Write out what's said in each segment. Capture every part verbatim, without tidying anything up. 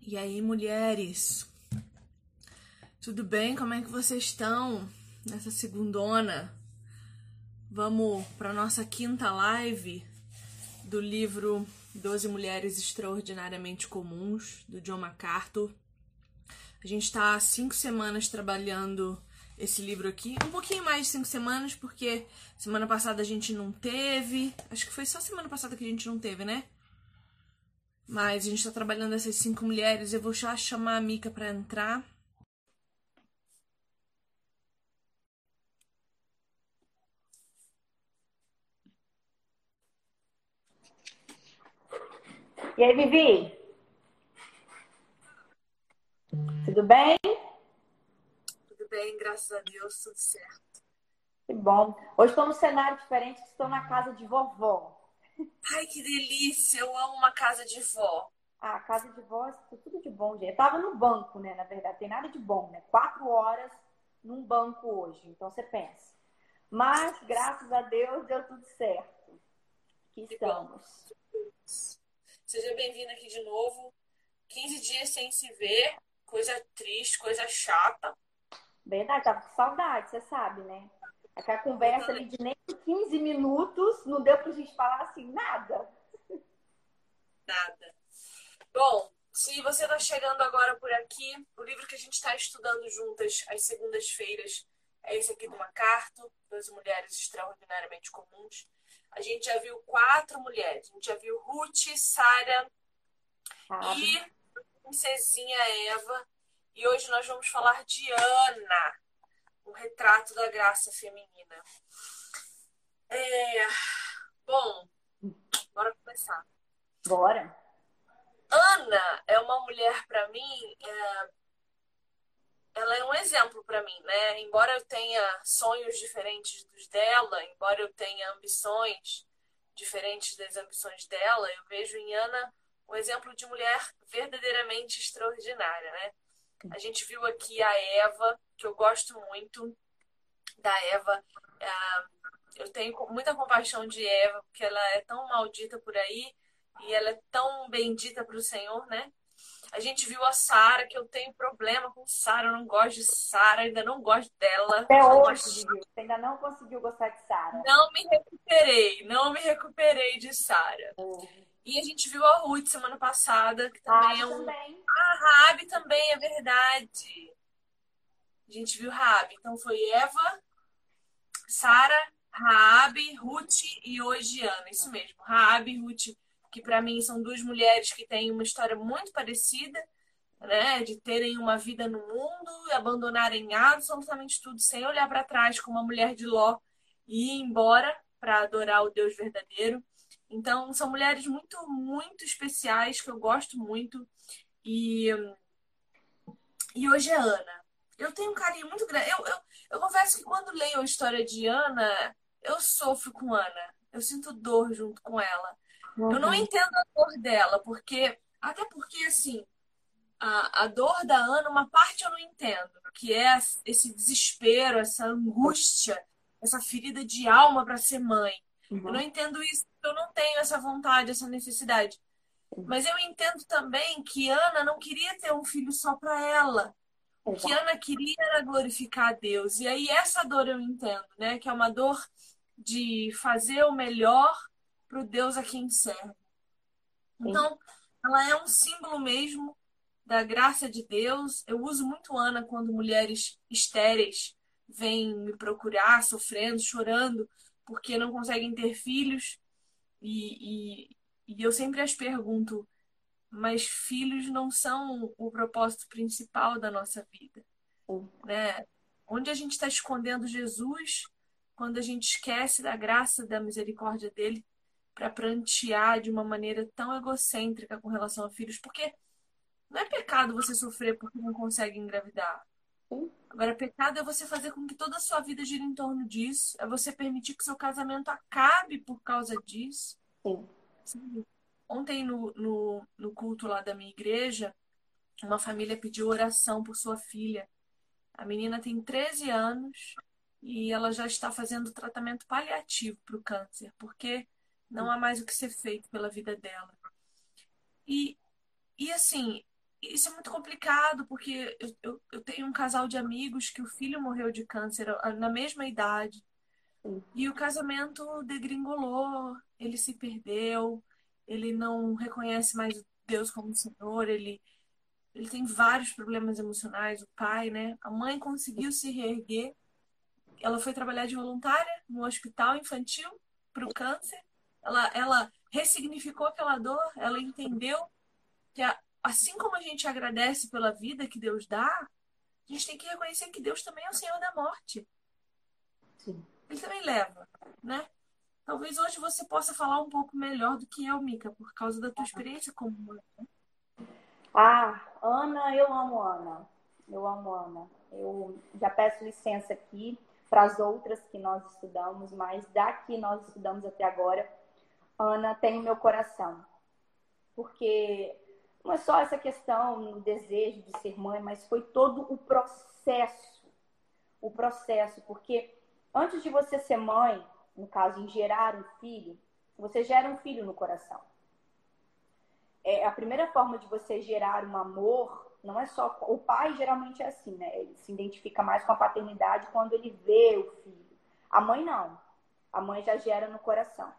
E aí, mulheres? Tudo bem? Como é que vocês estão nessa segundona? Vamos para nossa quinta live do livro doze Mulheres Extraordinariamente Comuns, do John MacArthur. A gente está há cinco semanas trabalhando esse livro aqui. Um pouquinho mais de cinco semanas, porque semana passada a gente não teve. Acho que foi só semana passada que a gente não teve, né? Mas a gente está trabalhando essas cinco mulheres. Eu vou já chamar a Mica para entrar. E aí, Vivi? Tudo bem? Tudo bem, graças a Deus, tudo certo. Que bom. Hoje estou num cenário diferente, estou na casa de vovó. Ai, que delícia! Eu amo uma casa de vó. Ah, a casa de vó, é tudo de bom, gente. Eu tava no banco, né? Na verdade, tem nada de bom, né? Quatro horas num banco hoje, então você pensa. Mas, graças a Deus, deu tudo certo. Aqui Que bom. estamos. Seja bem-vinda aqui de novo. quinze dias sem se ver, coisa triste, coisa chata. Verdade, tava com saudade, você sabe, né? Aquela conversa ali de nem quinze minutos, não deu pra gente falar assim, nada. Nada. Bom, se você está chegando agora por aqui, o livro que a gente está estudando juntas às segundas-feiras é esse aqui do MacArthur, doze Mulheres Extraordinariamente Comuns. A gente já viu quatro mulheres. A gente já viu Ruth, Sara Sabe? e a princesinha Eva. E hoje nós vamos falar de Ana, um retrato da graça feminina. É... Bom, bora começar. Bora. Ana é uma mulher, para mim, é... ela é um exemplo para mim, né? Embora eu tenha sonhos diferentes dos dela, embora eu tenha ambições diferentes das ambições dela, eu vejo em Ana um exemplo de mulher verdadeiramente extraordinária, né? A gente viu aqui a Eva, que eu gosto muito da Eva. Eu tenho muita compaixão de Eva, porque ela é tão maldita por aí e ela é tão bendita para o Senhor, né? A gente viu a Sara, que eu tenho problema com Sara, eu não gosto de Sara, ainda não gosto dela. Até Não hoje, gosto de... Vivi, você ainda não conseguiu gostar de Sara. Não me recuperei, não me recuperei de Sara. Uhum. E a gente viu a Ruth semana passada, que também Rabi é um... também. A Raabe também, é verdade. A gente viu Raabe. Então foi Eva, Sara, Raabe, Ruth e hoje Ana. Isso mesmo, Raabe e Ruth, que para mim são duas mulheres que têm uma história muito parecida, né? De terem uma vida no mundo e abandonarem absolutamente tudo sem olhar para trás, como a mulher de Ló, e ir embora para adorar o Deus verdadeiro. Então, são mulheres muito, muito especiais que eu gosto muito. E, e hoje é Ana. Eu tenho um carinho muito grande. Eu, eu, eu confesso que quando leio a história de Ana, eu sofro com Ana. Eu sinto dor junto com ela. Eu não Uhum. entendo a dor dela, porque. Até porque, assim, a, a dor da Ana, uma parte eu não entendo, que é esse desespero, essa angústia, essa ferida de alma para ser mãe. Eu não Uhum. entendo isso, eu não tenho essa vontade, essa necessidade. Mas eu entendo também que Ana não queria ter um filho só para ela. O que Exato. Ana queria era glorificar a Deus. E aí essa dor eu entendo, né? Que é uma dor de fazer o melhor para o Deus a quem serve. Sim. Então, ela é um símbolo mesmo da graça de Deus. Eu uso muito Ana quando mulheres estéreis vêm me procurar, sofrendo, chorando, porque não conseguem ter filhos. E, e, e eu sempre as pergunto, mas filhos não são o propósito principal da nossa vida, Sim. né? Onde a gente está escondendo Jesus quando a gente esquece da graça, da misericórdia dele para prantear de uma maneira tão egocêntrica com relação a filhos? Porque não é pecado você sofrer porque não consegue engravidar. Sim. Agora, pecado é você fazer com que toda a sua vida gire em torno disso. É você permitir que seu casamento acabe por causa disso. Sim. Sabe? Ontem, no, no, no culto lá da minha igreja, uma família pediu oração por sua filha. A menina tem treze anos e ela já está fazendo tratamento paliativo para o câncer, porque não há mais o que ser feito pela vida dela. E, e assim, isso é muito complicado, porque eu, eu, eu tenho um casal de amigos que o filho morreu de câncer ah, na mesma idade. Sim, E o casamento degringolou, ele se perdeu, ele não reconhece mais Deus como Senhor, ele, ele tem vários problemas emocionais, o pai, né? A mãe conseguiu se reerguer, ela foi trabalhar de voluntária no hospital infantil para o câncer, ela, ela ressignificou aquela dor, ela entendeu que a- assim como a gente agradece pela vida que Deus dá, a gente tem que reconhecer que Deus também é o Senhor da morte. sim. Ele também leva, né? Talvez hoje você possa falar um pouco melhor do que eu, Mica, por causa da tua experiência como mãe. Ah, Ana, eu amo Ana. Eu amo Ana. Eu já peço licença aqui para as outras que nós estudamos, mas daqui nós estudamos até agora, Ana tem o meu coração. Porque não é só essa questão, o desejo de ser mãe, mas foi todo o processo. O processo, porque antes de você ser mãe, no caso, em gerar um filho, você gera um filho no coração. É, a primeira forma de você gerar um amor não é só. O pai geralmente é assim, né? Ele se identifica mais com a paternidade quando ele vê o filho. A mãe não. A mãe já gera no coração.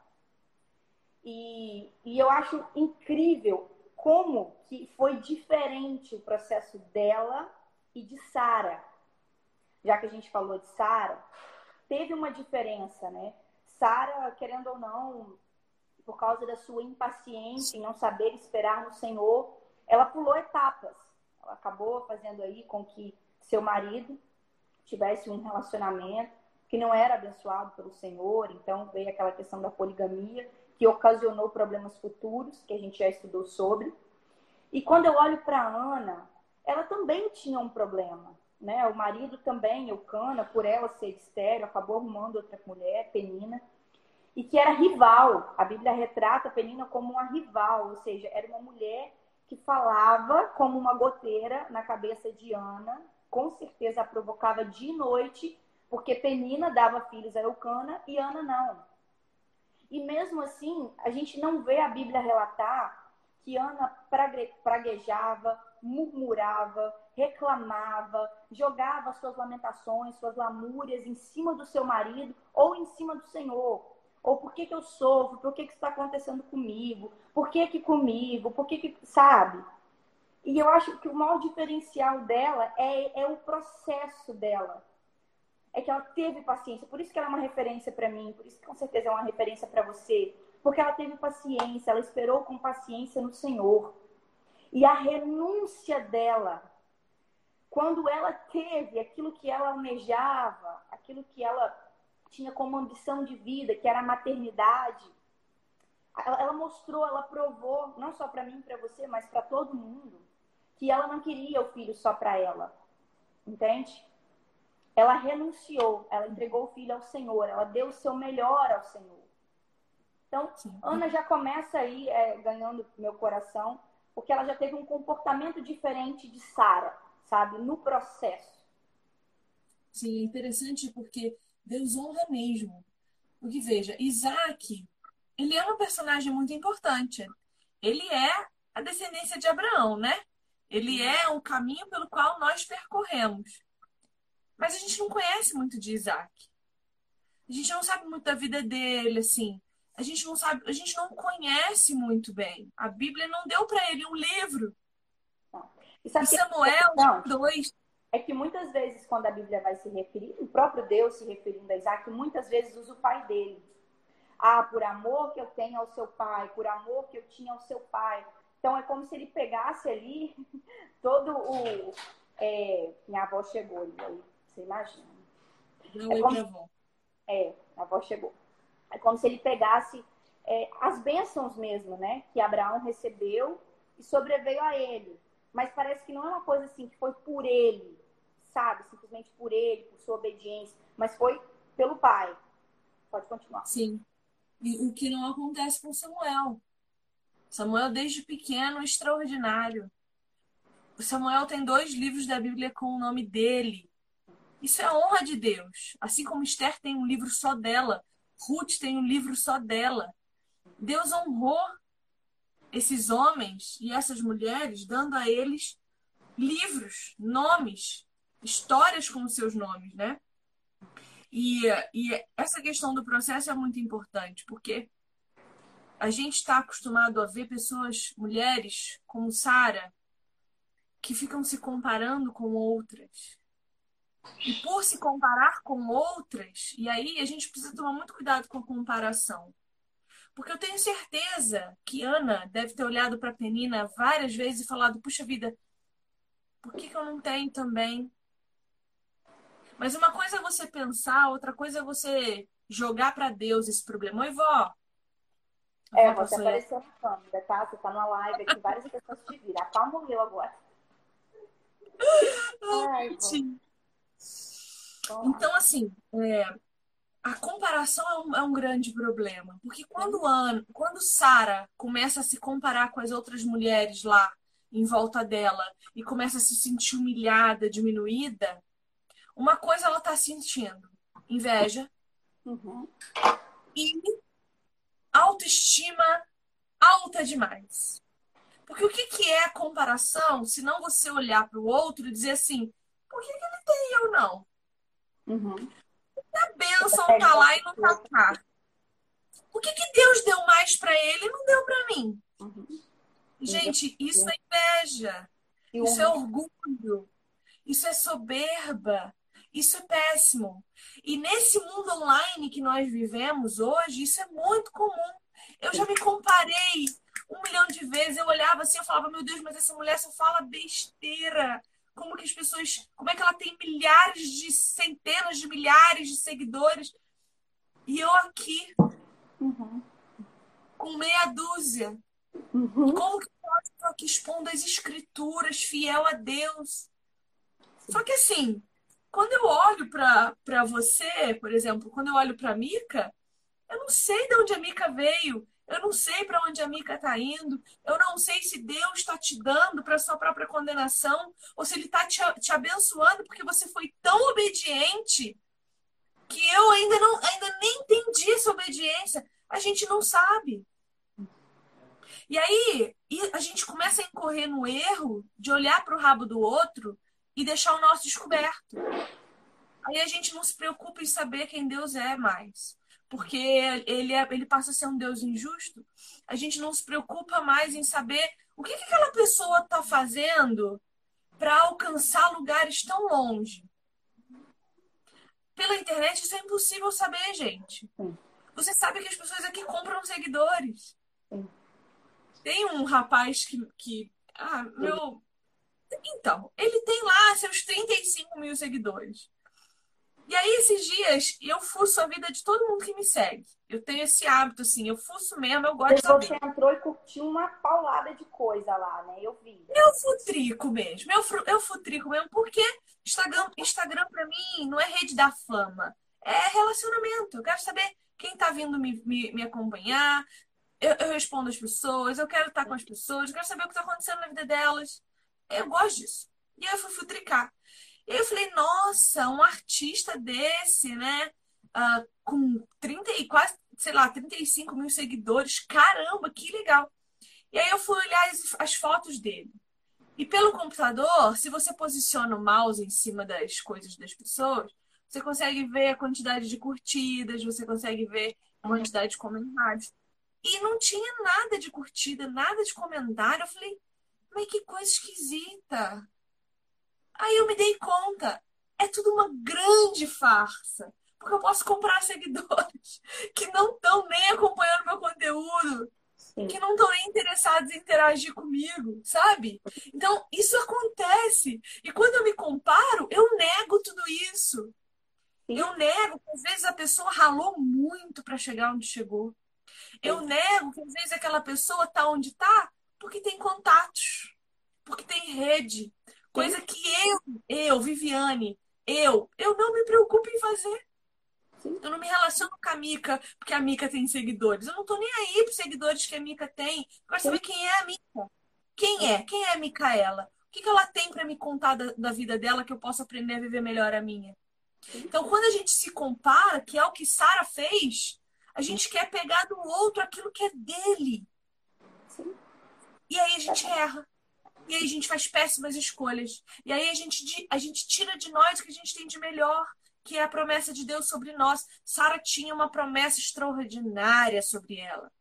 E, e eu acho incrível como que foi diferente o processo dela e de Sara. Já que a gente falou de Sara, teve uma diferença, né? Sara, querendo ou não, por causa da sua impaciência em não saber esperar no Senhor, ela pulou etapas. Ela acabou fazendo aí com que seu marido tivesse um relacionamento que não era abençoado pelo Senhor, então veio aquela questão da poligamia, que ocasionou problemas futuros, que a gente já estudou sobre. E quando eu olho para Ana, ela também tinha um problema, né? O marido também, Eucana, por ela ser estéril, acabou arrumando outra mulher, Penina, e que era rival. A Bíblia retrata Penina como uma rival, ou seja, era uma mulher que falava como uma goteira na cabeça de Ana, com certeza a provocava de noite, porque Penina dava filhos a Eucana e Ana não. E mesmo assim, a gente não vê a Bíblia relatar que Ana praguejava, murmurava, reclamava, jogava suas lamentações, suas lamúrias em cima do seu marido ou em cima do Senhor. Ou por que, que eu sofro? Por que, que isso está acontecendo comigo? Por que que comigo? Por que que... Sabe? E eu acho que o maior diferencial dela é, é o processo dela. É que ela teve paciência. Por isso que ela é uma referência para mim. Por isso que com certeza é uma referência para você. Porque ela teve paciência. Ela esperou com paciência no Senhor. E a renúncia dela, quando ela teve aquilo que ela almejava, aquilo que ela tinha como ambição de vida, que era a maternidade, ela mostrou, ela provou, não só para mim, para você, mas para todo mundo, que ela não queria o filho só para ela. Entende? Ela renunciou, ela entregou o filho ao Senhor, ela deu o seu melhor ao Senhor. Então, Sim. Ana já começa aí é, ganhando meu coração, porque ela já teve um comportamento diferente de Sara, sabe? No processo. Sim, é interessante porque Deus honra mesmo. Porque, veja, Isaac, ele é um personagem muito importante. Ele é a descendência de Abraão, né? Ele é o caminho pelo qual nós percorremos. Mas a gente não conhece muito de Isaac. A gente não sabe muito da vida dele, assim. A gente não sabe, a gente não conhece muito bem. A Bíblia não deu para ele um livro. E E sabe o que é Samuel tinha interessante? dois. É que muitas vezes, quando a Bíblia vai se referir, o próprio Deus se referindo a Isaac, muitas vezes usa o pai dele. Ah, por amor que eu tenho ao seu pai, por amor que eu tinha ao seu pai. Então é como se ele pegasse ali todo o. É, minha avó chegou ali, aí você imagina. Dá um É oi como pra se, avó. é, a avó chegou. É como se ele pegasse é, as bênçãos mesmo, né? Que Abraão recebeu e sobreveio a ele. Mas parece que não é uma coisa assim que foi por ele, sabe? Simplesmente por ele, por sua obediência. Mas foi pelo pai. Pode continuar. Sim. E o que não acontece com Samuel. Samuel, desde pequeno, é extraordinário. O Samuel tem dois livros da Bíblia com o nome dele. Isso é honra de Deus. Assim como Esther tem um livro só dela, Ruth tem um livro só dela. Deus honrou. esses homens e essas mulheres, dando a eles livros, nomes, histórias com os seus nomes, né? E, e essa questão do processo é muito importante, porque a gente está acostumado a ver pessoas, mulheres, como Sara, que ficam se comparando com outras. E por se comparar com outras, e aí a gente precisa tomar muito cuidado com a comparação. Porque eu tenho certeza que Ana deve ter olhado para Penina várias vezes e falado, puxa vida, por que que eu não tenho também? Mas uma coisa é você pensar, outra coisa é você jogar para Deus esse problema. Oi, vó. A É, vó você passou aí. apareceu na câmera, tá? Você tá numa live aqui, várias pessoas te viram. A pau morreu agora. Ai, vou. Sim. Vamos lá. Então, assim, é, a comparação é um, é um grande problema. Porque quando, Ana, quando Sara começa a se comparar com as outras mulheres lá em volta dela e começa a se sentir humilhada, diminuída, uma coisa ela está sentindo: inveja Uhum. e autoestima alta demais. Porque o que que é a comparação se não você olhar para o outro e dizer assim, por que que ele tem e eu não? Uhum. A bênção Pega tá uma lá e não tá pessoa. cá. Por que que Deus deu mais para ele e não deu para mim? Uhum. Gente, isso é inveja. Isso é Ciúme. orgulho. Isso é soberba. Isso é péssimo. E nesse mundo online que nós vivemos hoje, isso é muito comum. Eu já me comparei um milhão de vezes. Eu olhava assim, eu falava, meu Deus, mas essa mulher só fala besteira. Como que as pessoas... Como é que ela tem milhares de... Centenas de milhares de seguidores? E eu aqui, Uhum. com meia dúzia. Uhum. Como que pode estar aqui expondo as escrituras, fiel a Deus? Só que assim, quando eu olho para para você, por exemplo, quando eu olho para a Mica, eu não sei de onde a Mica veio, eu não sei para onde a Mica está indo, eu não sei se Deus está te dando para sua própria condenação ou se Ele está te, te abençoando porque você foi tão obediente que eu ainda não ainda nem entendi essa obediência. A gente não sabe. E aí e a gente começa a incorrer no erro de olhar para o rabo do outro e deixar o nosso descoberto. Aí a gente não se preocupa em saber quem Deus é mais. Porque ele, é, ele passa a ser um Deus injusto. A gente não se preocupa mais em saber o que, que aquela pessoa está fazendo para alcançar lugares tão longe. Pela internet isso é impossível saber, gente. Sim. Você sabe que as pessoas aqui compram seguidores. Sim. Tem um rapaz que... que ah, meu... Então, ele tem lá seus trinta e cinco mil seguidores. E aí, esses dias, eu fuço a vida de todo mundo que me segue. Eu tenho esse hábito, assim, eu fuço mesmo, eu gosto de Você saber. entrou e curtiu uma paulada de coisa lá, né? Eu vi. Eu futrico mesmo, eu, fru- eu futrico mesmo, porque Instagram, Instagram pra mim não é rede da fama, é relacionamento. Eu quero saber quem tá vindo me, me, me acompanhar, eu, eu respondo as pessoas, eu quero estar com as pessoas, eu quero saber o que tá acontecendo na vida delas. Eu gosto disso. E aí eu fui futricar. E aí eu falei, nossa, um artista desse, né? Ah, com trinta e quase, sei lá, trinta e cinco mil seguidores. Caramba, que legal. E aí eu fui olhar as, as fotos dele. E pelo computador, se você posiciona o mouse em cima das coisas das pessoas, você consegue ver a quantidade de curtidas, você consegue ver a Uhum. quantidade de comentários. E não tinha nada de curtida, nada de comentário. Eu falei, mas que coisa esquisita. Aí eu me dei conta, é tudo uma grande farsa. Porque eu posso comprar seguidores que não estão nem acompanhando meu conteúdo, Sim. que não estão nem interessados em interagir comigo, sabe? Então, isso acontece. E quando eu me comparo, eu nego tudo isso. Sim. Eu nego que às vezes a pessoa ralou muito para chegar onde chegou. Eu Sim. nego que às vezes aquela pessoa está onde está porque tem contatos, porque tem rede. Sim. Coisa que eu, eu, Viviane, eu, eu não me preocupo em fazer. Sim. Eu não me relaciono com a Mica porque a Mica tem seguidores. Eu não tô nem aí pros seguidores que a Mica tem. Eu quero saber quem é a Mica. Quem é? Quem é a Micaela? O que que ela tem para me contar da, da vida dela que eu possa aprender a viver melhor a minha? Então, quando a gente se compara, que é o que Sara fez, a gente quer pegar do outro aquilo que é dele. Sim. E aí a gente erra. E aí a gente faz péssimas escolhas. E aí a gente, a gente tira de nós o que a gente tem de melhor, que é a promessa de Deus sobre nós. Sara tinha uma promessa extraordinária sobre ela.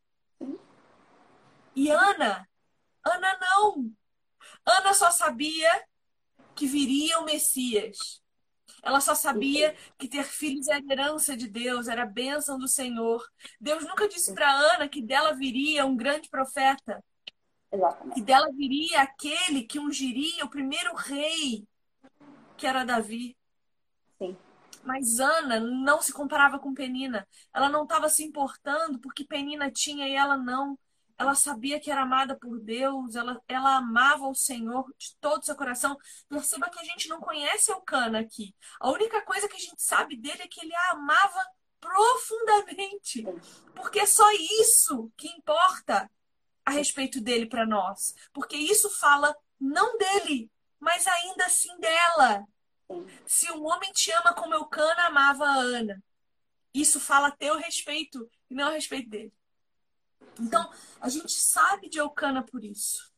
E Ana, Ana não. Ana só sabia que viria o Messias. Ela só sabia que ter filhos era herança de Deus, era a bênção do Senhor. Deus nunca disse para Ana que dela viria um grande profeta. Exatamente. Que dela viria aquele que ungiria o primeiro rei, que era Davi. Sim. Mas Ana não se comparava com Penina. Ela não estava se importando porque Penina tinha e ela não. Ela sabia que era amada por Deus, ela, ela amava o Senhor de todo o seu coração. Perceba que a gente não conhece Elcana aqui. A única coisa que a gente sabe dele é que ele a amava profundamente. Porque é só isso que importa a respeito dele para nós. Porque isso fala não dele, mas ainda assim dela. Se um homem te ama como Elcana amava a Ana, isso fala a teu respeito e não a respeito dele. Então, a gente sabe de Elcana por isso.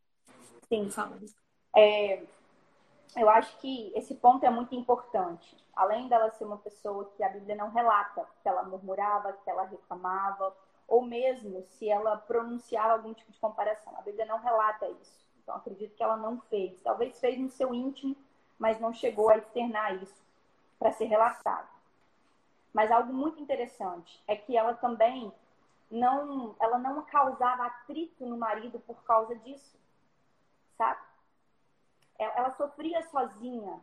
Sim. Fala. É, eu acho que esse ponto é muito importante. Além dela ser uma pessoa que a Bíblia não relata que ela murmurava, que ela reclamava, ou mesmo se ela pronunciava algum tipo de comparação. A Bíblia não relata isso. Então, acredito que ela não fez. Talvez fez no seu íntimo, mas não chegou a externar isso para ser relatado. Mas algo muito interessante é que ela também não, ela não causava atrito no marido por causa disso, sabe? Ela sofria sozinha.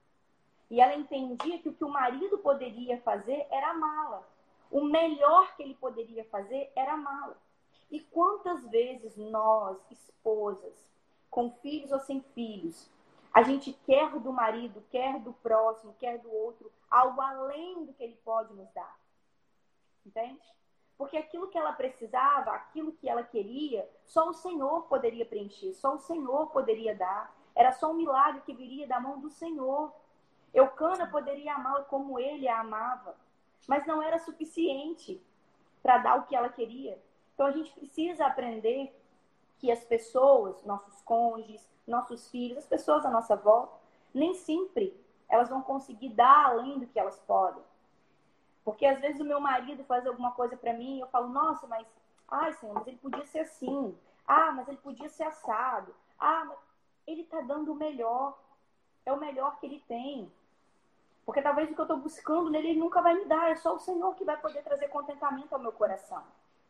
E ela entendia que o que o marido poderia fazer era amá-la. O melhor que ele poderia fazer era amá-la. E quantas vezes nós, esposas, com filhos ou sem filhos, a gente quer do marido, quer do próximo, quer do outro, algo além do que ele pode nos dar. Entende? Porque aquilo que ela precisava, aquilo que ela queria, só o Senhor poderia preencher, só o Senhor poderia dar. Era só um milagre que viria da mão do Senhor. Elcana poderia amá-la como ele a amava, mas não era suficiente para dar o que ela queria. Então a gente precisa aprender que as pessoas, nossos cônjuges, nossos filhos, as pessoas à nossa volta, nem sempre elas vão conseguir dar além do que elas podem. Porque às vezes o meu marido faz alguma coisa para mim e eu falo, nossa, mas, ai, Senhor, mas ele podia ser assim. Ah, mas ele podia ser assado. Ah, mas ele está dando o melhor. É o melhor que ele tem. Porque talvez o que eu estou buscando nele, ele nunca vai me dar. É só o Senhor que vai poder trazer contentamento ao meu coração.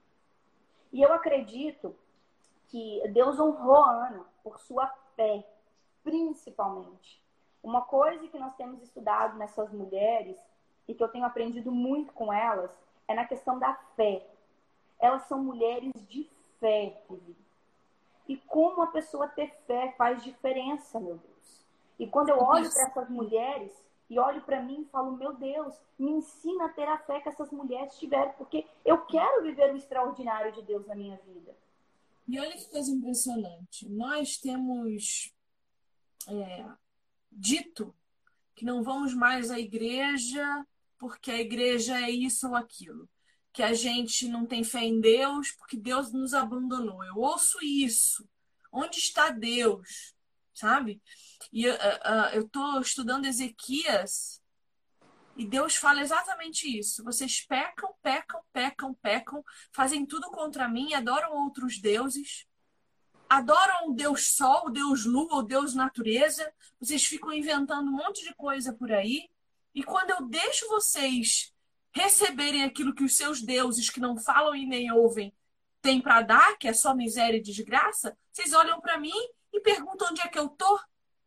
E eu acredito que Deus honrou a Ana por sua fé, principalmente. Uma coisa que nós temos estudado nessas mulheres e que eu tenho aprendido muito com elas é na questão da fé. Elas são mulheres de fé, Vivi. E como a pessoa ter fé faz diferença, meu Deus. E quando eu olho para essas mulheres e olho para mim e falo, meu Deus, me ensina a ter a fé que essas mulheres tiveram, porque eu quero viver o extraordinário de Deus na minha vida. E olha que coisa impressionante. Nós temos é, dito que não vamos mais à igreja porque a igreja é isso ou aquilo. Que a gente não tem fé em Deus porque Deus nos abandonou. Eu ouço isso. Onde está Deus? Sabe? E uh, uh, eu estou estudando Ezequias e Deus fala exatamente isso. Vocês pecam, pecam, pecam, pecam, fazem tudo contra mim, adoram outros deuses, adoram o Deus Sol, o Deus Lua, o Deus Natureza. Vocês ficam inventando um monte de coisa por aí. E quando eu deixo vocês receberem aquilo que os seus deuses, que não falam e nem ouvem, têm para dar, que é só miséria e desgraça, vocês olham para mim e perguntam onde é que eu tô.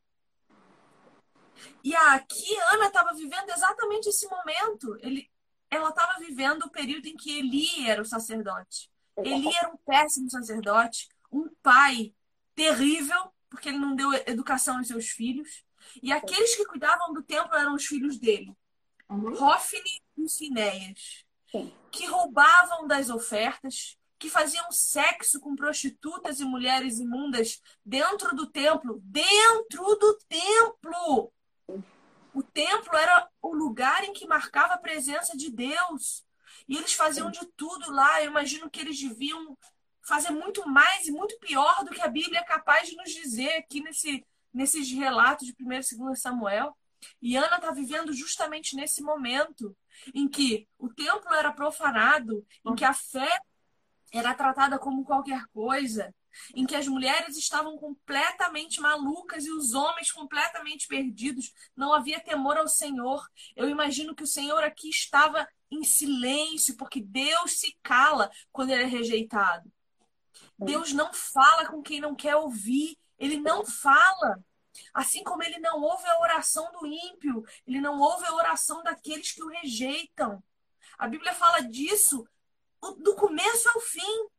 E aqui Ana estava vivendo exatamente esse momento. Ele, ela estava vivendo o período em que Eli era o sacerdote. Eli era um péssimo sacerdote, um pai terrível, porque ele não deu educação aos seus filhos. E aqueles que cuidavam do templo eram os filhos dele. Uhum. Hófni e Finéias. Sim. Que roubavam das ofertas, que faziam sexo com prostitutas e mulheres imundas dentro do templo. Dentro do templo! O templo era o lugar em que marcava a presença de Deus. E eles faziam de tudo lá. Eu imagino que eles deviam fazer muito mais e muito pior do que a Bíblia é capaz de nos dizer aqui nesse, nesses relatos de primeiro e segundo Samuel. E Ana está vivendo justamente nesse momento em que o templo era profanado, em que a fé era tratada como qualquer coisa, em que as mulheres estavam completamente malucas e os homens completamente perdidos. Não havia temor ao Senhor. Eu imagino que o Senhor aqui estava em silêncio, porque Deus se cala quando ele é rejeitado. Deus não fala com quem não quer ouvir. Ele não fala. Assim como ele não ouve a oração do ímpio, ele não ouve a oração daqueles que o rejeitam. A Bíblia fala disso do começo ao fim.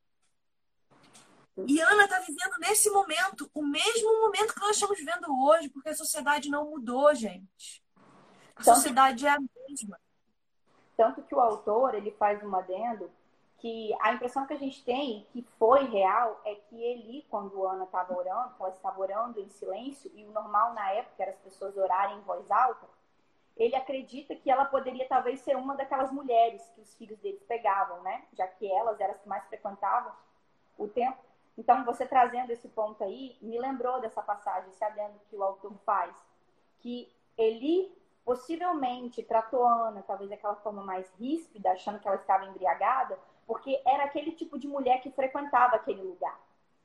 E Ana está vivendo nesse momento, o mesmo momento que nós estamos vivendo hoje, porque a sociedade não mudou, gente. A sociedade é a mesma. Tanto que o autor, ele faz um adendo que a impressão que a gente tem, que foi real, é que Eli, quando Ana estava orando, ela estava orando em silêncio, e o normal na época era as pessoas orarem em voz alta, ele acredita que ela poderia talvez ser uma daquelas mulheres que os filhos deles pegavam, né? Já que elas eram as que mais frequentavam o templo. Então, você trazendo esse ponto aí, me lembrou dessa passagem, esse adendo que o autor faz, que Eli possivelmente tratou Ana, talvez daquela forma mais ríspida, achando que ela estava embriagada, porque era aquele tipo de mulher que frequentava aquele lugar.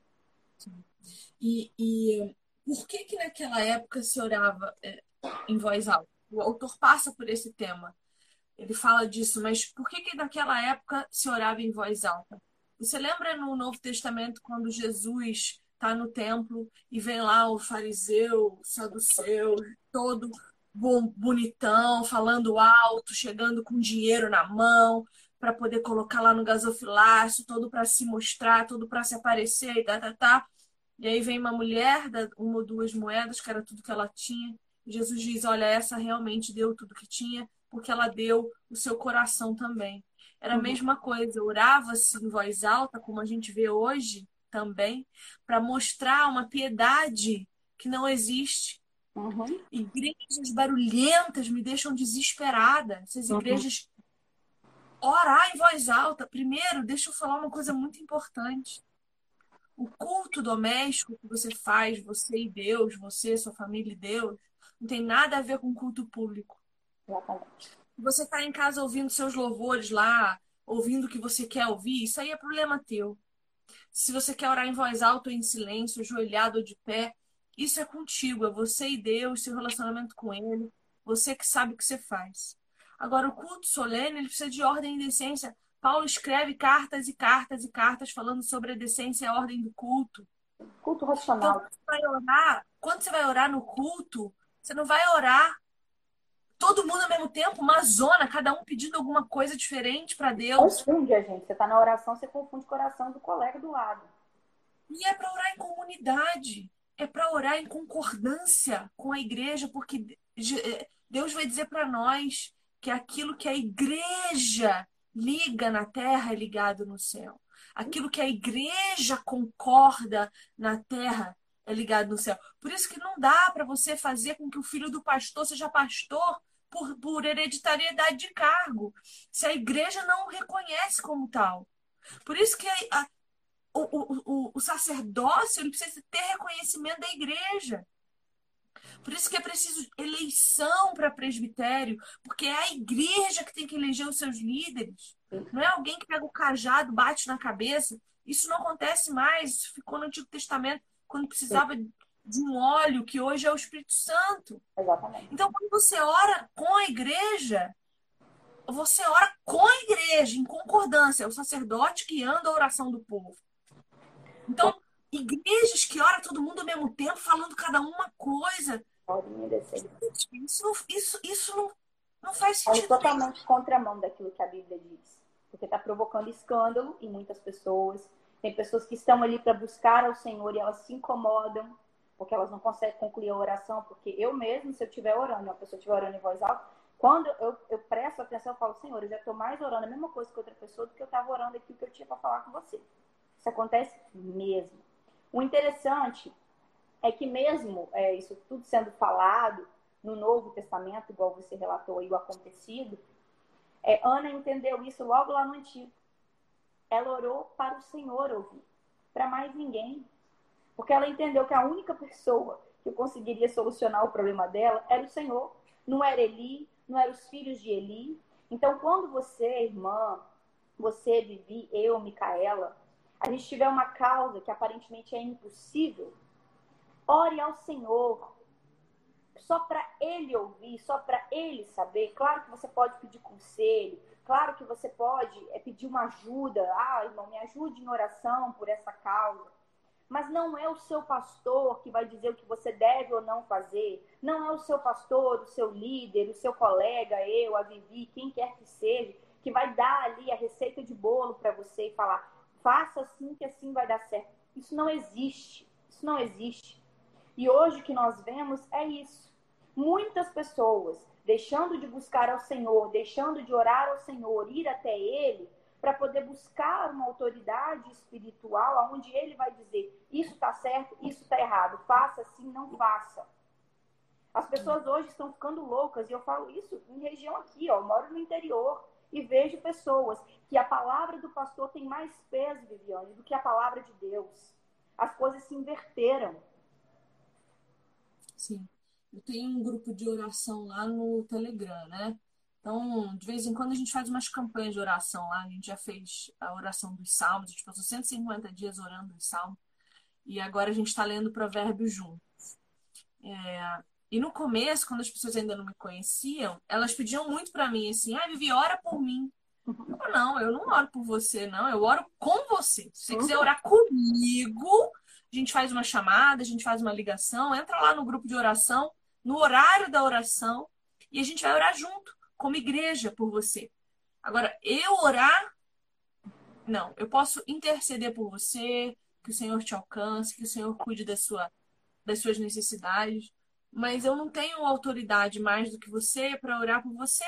E, e por que que naquela época se orava é, em voz alta? O autor passa por esse tema. Ele fala disso, mas por que que naquela época se orava em voz alta? Você lembra no Novo Testamento quando Jesus está no templo e vem lá o fariseu, o saduceu, todo bom, bonitão, falando alto, chegando com dinheiro na mão para poder colocar lá no gasofilácio, todo para se mostrar, todo para se aparecer e tá, tá, tá. E aí vem uma mulher, dá uma ou duas moedas, que era tudo que ela tinha. E Jesus diz, olha, essa realmente deu tudo que tinha, porque ela deu o seu coração também. Era a mesma coisa, orava-se em voz alta, como a gente vê hoje também, para mostrar uma piedade que não existe. Uhum. Igrejas barulhentas me deixam desesperada. Essas Uhum. igrejas orar em voz alta. Primeiro, deixa eu falar uma coisa muito importante. O culto doméstico que você faz, você e Deus, você, sua família e Deus, não tem nada a ver com culto público. Exatamente. Você está em casa ouvindo seus louvores lá, ouvindo o que você quer ouvir, isso aí é problema teu. Se você quer orar em voz alta ou em silêncio, ajoelhado ou de pé, isso é contigo, é você e Deus, seu relacionamento com Ele, você que sabe o que você faz. Agora, o culto solene, ele precisa de ordem e decência. Paulo escreve cartas e cartas e cartas falando sobre a decência e a ordem do culto. Culto Então, racional. quando você vai orar, quando você vai orar no culto, você não vai orar todo mundo ao mesmo tempo, uma zona, cada um pedindo alguma coisa diferente para Deus. Confunde a gente. Você está na oração, você confunde o coração do colega do lado. E é para orar em comunidade, é para orar em concordância com a igreja, porque Deus vai dizer para nós que aquilo que a igreja liga na terra é ligado no céu. Aquilo que a igreja concorda na terra é ligado no céu. Por isso que não dá para você fazer com que o filho do pastor seja pastor por, por hereditariedade de cargo, se a igreja não o reconhece como tal. Por isso que a, a, o, o, o, o sacerdócio ele precisa ter reconhecimento da igreja. Por isso que é preciso eleição para presbitério, porque é a igreja que tem que eleger os seus líderes. Não é alguém que pega o cajado, bate na cabeça. Isso não acontece mais. Isso ficou no Antigo Testamento, quando precisava de um óleo, que hoje é o Espírito Santo. Exatamente. Então, quando você ora com a igreja, você ora com a igreja, em concordância. É o sacerdote guiando a oração do povo. Então, igrejas que ora todo mundo ao mesmo tempo, falando cada uma coisa. Isso, não, isso, isso não, não faz sentido. É totalmente nenhum. Contramão daquilo que a Bíblia diz. Porque está provocando escândalo em muitas pessoas. Tem pessoas que estão ali para buscar ao Senhor e elas se incomodam porque elas não conseguem concluir a oração. Porque eu mesmo, se eu estiver orando, uma pessoa estiver orando em voz alta, quando eu, eu presto atenção, eu falo, Senhor, eu já estou mais orando a mesma coisa que outra pessoa do que eu estava orando aqui, o que eu tinha para falar com você. Isso acontece mesmo. O interessante é que mesmo é, isso tudo sendo falado no Novo Testamento, igual você relatou aí o acontecido, é, Ana entendeu isso logo lá no Antigo. Ela orou para o Senhor ouvir. para mais ninguém. Porque ela entendeu que a única pessoa que conseguiria solucionar o problema dela era o Senhor. Não era Eli, não eram os filhos de Eli. Então, quando você, irmã, você, Vivi, eu, Micaela, a gente tiver uma causa que aparentemente é impossível, ore ao Senhor, só para Ele ouvir, só para Ele saber. Claro que você pode pedir conselho, claro que você pode é, pedir uma ajuda. Ah, irmão, me ajude em oração por essa causa. Mas não é o seu pastor que vai dizer o que você deve ou não fazer. Não é o seu pastor, o seu líder, o seu colega, eu, a Vivi, quem quer que seja, que vai dar ali a receita de bolo para você e falar, faça assim que assim vai dar certo. Isso não existe. Isso não existe. E hoje o que nós vemos é isso. Muitas pessoas deixando de buscar ao Senhor, deixando de orar ao Senhor, ir até Ele, para poder buscar uma autoridade espiritual, onde Ele vai dizer, isso está certo, isso está errado, faça assim, não faça. As pessoas hoje estão ficando loucas, e eu falo isso em região aqui, ó, eu moro no interior, e vejo pessoas que a palavra do pastor tem mais peso, Viviane, do que a palavra de Deus. As coisas se inverteram. Sim. Eu tenho um grupo de oração lá no Telegram, né? Então, de vez em quando a gente faz umas campanhas de oração lá. A gente já fez a oração dos Salmos, a gente passou cento e cinquenta dias orando os Salmos. E agora a gente está lendo Provérbios juntos. É... E no começo, quando as pessoas ainda não me conheciam, elas pediam muito para mim, assim, ah, Vivi, ora por mim. Eu falo, não, eu não oro por você, não. Eu oro com você. Se você quiser orar comigo, a gente faz uma chamada, a gente faz uma ligação, entra lá no grupo de oração, no horário da oração, e a gente vai orar junto, como igreja, por você. Agora, eu orar, não. Eu posso interceder por você, que o Senhor te alcance, que o Senhor cuide da sua, das suas necessidades, mas eu não tenho autoridade mais do que você para orar por você.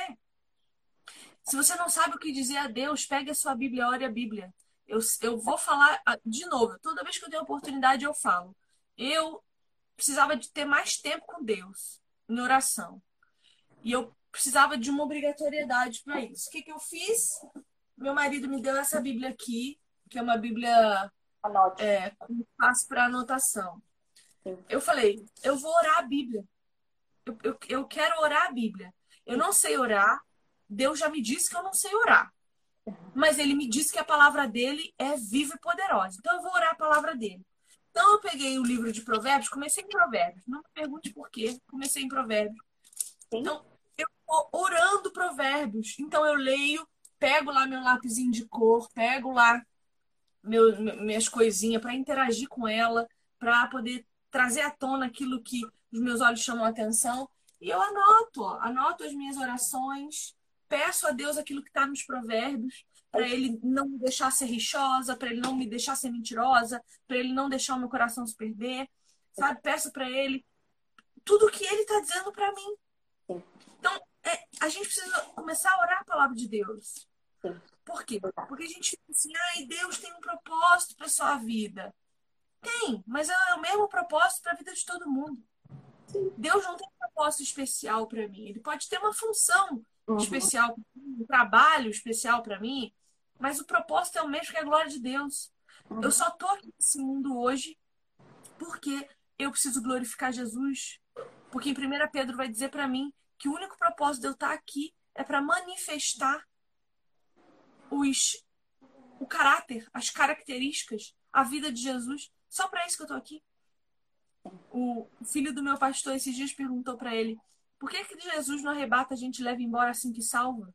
Se você não sabe o que dizer a Deus, pegue a sua Bíblia, ore a Bíblia. Eu, eu vou falar de novo. Toda vez que eu tenho oportunidade, eu falo. Eu precisava de ter mais tempo com Deus, em oração. E eu precisava de uma obrigatoriedade para isso. O que, que eu fiz? Meu marido me deu essa Bíblia aqui, que é uma Bíblia é, com espaço para anotação. Eu falei, eu vou orar a Bíblia. Eu, eu, eu quero orar a Bíblia. Eu não sei orar. Deus já me disse que eu não sei orar. Mas ele me disse que a palavra dele é viva e poderosa. Então eu vou orar a palavra dele. Então eu peguei o livro de Provérbios, comecei em Provérbios. Não me pergunte por quê, comecei em Provérbios. Então eu vou orando Provérbios. Então eu leio, pego lá meu lapisinho de cor, pego lá meu, minhas coisinhas para interagir com ela, para poder trazer à tona aquilo que os meus olhos chamam a atenção. E eu anoto, ó, anoto as minhas orações. Peço a Deus aquilo que está nos provérbios, para Ele não me deixar ser rixosa, para Ele não me deixar ser mentirosa, para Ele não deixar o meu coração se perder, sabe? Peço para Ele tudo o que Ele está dizendo para mim. Então, é, a gente precisa começar a orar a palavra de Deus. Por quê? Porque a gente fica assim, ai, Deus tem um propósito para sua vida. Tem, mas é o mesmo propósito para a vida de todo mundo. Deus não tem um propósito especial para mim. Ele pode ter uma função Uhum. especial, um trabalho especial para mim, mas o propósito é o mesmo que a glória de Deus. Uhum. Eu só tô aqui nesse mundo hoje porque eu preciso glorificar Jesus. Porque em primeira Pedro vai dizer para mim que o único propósito de eu estar aqui é para manifestar os, o caráter, as características, a vida de Jesus. Só para isso que eu tô aqui. O filho do meu pastor esses dias perguntou para ele: por que que Jesus não arrebata a gente e leva embora assim que salva?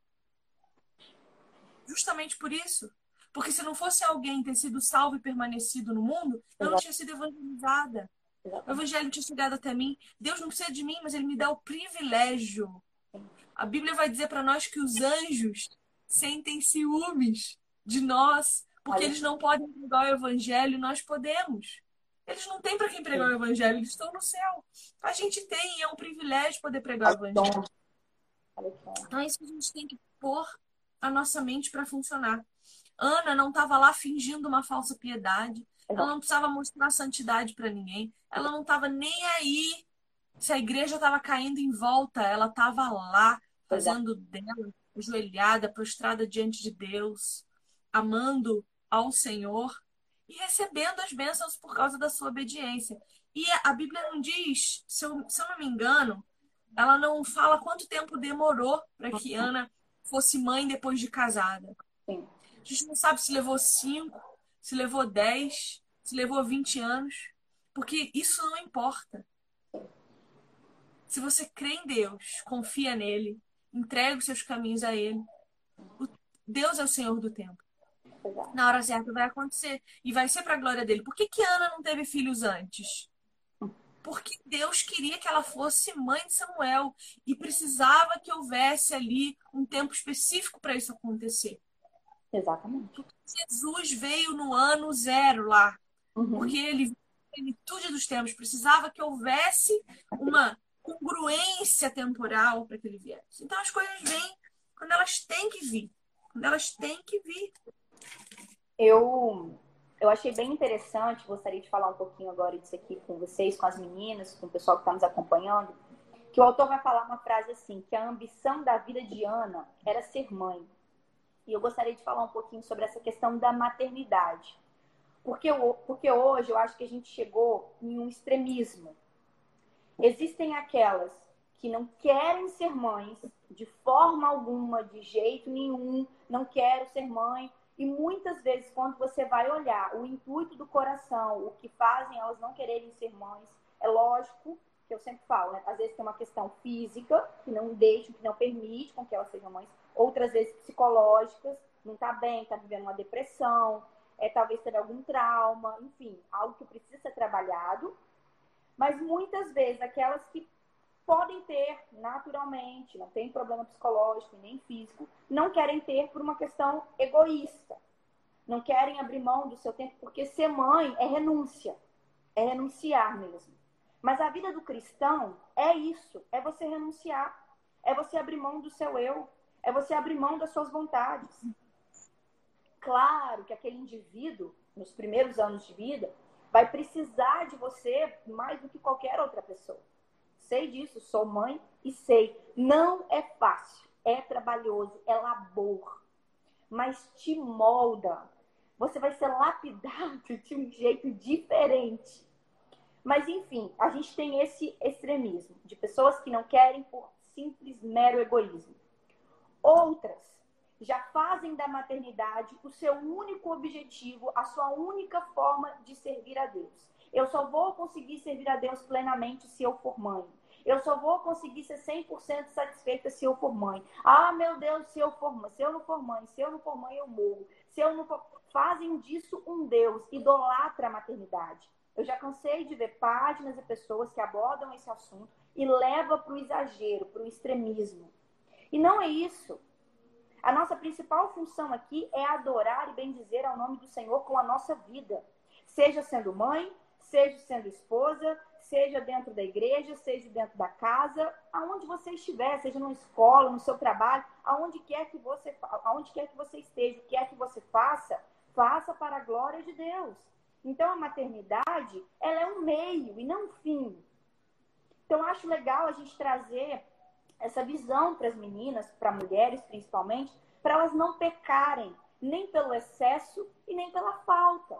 Justamente por isso. Porque se não fosse alguém ter sido salvo e permanecido no mundo, eu não tinha sido evangelizada. O evangelho tinha chegado até mim. Deus não precisa de mim, mas Ele me dá o privilégio. A Bíblia vai dizer para nós que os anjos sentem ciúmes de nós, porque eles não podem pregar o evangelho e nós podemos. Eles não têm para quem pregar o evangelho, eles estão no céu. A gente tem, e é um privilégio poder pregar o evangelho. Então é isso que a gente tem que pôr a nossa mente para funcionar. Ana não estava lá fingindo uma falsa piedade. Ela não precisava mostrar santidade para ninguém. Ela não estava nem aí se a igreja estava caindo em volta. Ela estava lá, fazendo dela, ajoelhada, prostrada diante de Deus, amando ao Senhor. e recebendo as bênçãos por causa da sua obediência. E a Bíblia não diz, se eu, se eu não me engano, ela não fala quanto tempo demorou para que Ana fosse mãe depois de casada. Sim. A gente não sabe se levou cinco, se levou dez, se levou vinte anos, porque isso não importa. Se você crê em Deus, confia nele, entrega os seus caminhos a ele, Deus é o Senhor do tempo. Exato. Na hora certa vai acontecer. E vai ser para a glória dele. Por que que Ana não teve filhos antes? Porque Deus queria que ela fosse mãe de Samuel. E precisava que houvesse ali um tempo específico para isso acontecer. Exatamente. Jesus veio no ano zero lá. Uhum. Porque ele veio na plenitude dos tempos. Precisava que houvesse uma congruência temporal para que ele viesse. Então as coisas vêm quando elas têm que vir. Quando elas têm que vir. Eu, eu achei bem interessante, gostaria de falar um pouquinho agora disso aqui com vocês, com as meninas, com o pessoal que está nos acompanhando, que o autor vai falar uma frase assim, que a ambição da vida de Ana era ser mãe. E eu gostaria de falar um pouquinho sobre essa questão da maternidade. Porque, porque hoje eu acho que a gente chegou em um extremismo. Existem aquelas que não querem ser mães de forma alguma, de jeito nenhum, não quero ser mãe. E muitas vezes, quando você vai olhar o intuito do coração, o que fazem elas não quererem ser mães, é lógico, que eu sempre falo, né? Às vezes tem uma questão física, que não deixa, que não permite com que elas sejam mães. Outras vezes psicológicas, não está bem, está vivendo uma depressão, é, talvez teve algum trauma, enfim, algo que precisa ser trabalhado. Mas muitas vezes, aquelas que podem ter naturalmente, não tem problema psicológico nem físico, não querem ter por uma questão egoísta. Não querem abrir mão do seu tempo, porque ser mãe é renúncia, é renunciar mesmo. Mas a vida do cristão é isso, é você renunciar, é você abrir mão do seu eu, é você abrir mão das suas vontades. Claro que aquele indivíduo, nos primeiros anos de vida, vai precisar de você mais do que qualquer outra pessoa. Sei disso, sou mãe e sei. Não é fácil, é trabalhoso, é labor. Mas te molda. Você vai ser lapidado de um jeito diferente. Mas, enfim, a gente tem esse extremismo de pessoas que não querem por simples, mero egoísmo. Outras já fazem da maternidade o seu único objetivo, a sua única forma de servir a Deus. Eu só vou conseguir servir a Deus plenamente se eu for mãe. Eu só vou conseguir ser cem por cento satisfeita se eu for mãe. Ah, meu Deus, se eu for mãe, se eu não for mãe, se eu não for mãe, eu morro. Se eu não for... Fazem disso um Deus, idolatra a maternidade. Eu já cansei de ver páginas e pessoas que abordam esse assunto e levam para o exagero, para o extremismo. E não é isso. A nossa principal função aqui é adorar e bendizer ao nome do Senhor com a nossa vida. Seja sendo mãe, seja sendo esposa, seja dentro da igreja, seja dentro da casa, aonde você estiver, seja numa escola, no seu trabalho, aonde quer que você, aonde quer que você esteja, o que quer que você faça, faça para a glória de Deus. Então, a maternidade, ela é um meio e não um fim. Então, acho legal a gente trazer essa visão para as meninas, para mulheres principalmente, para elas não pecarem, nem pelo excesso e nem pela falta.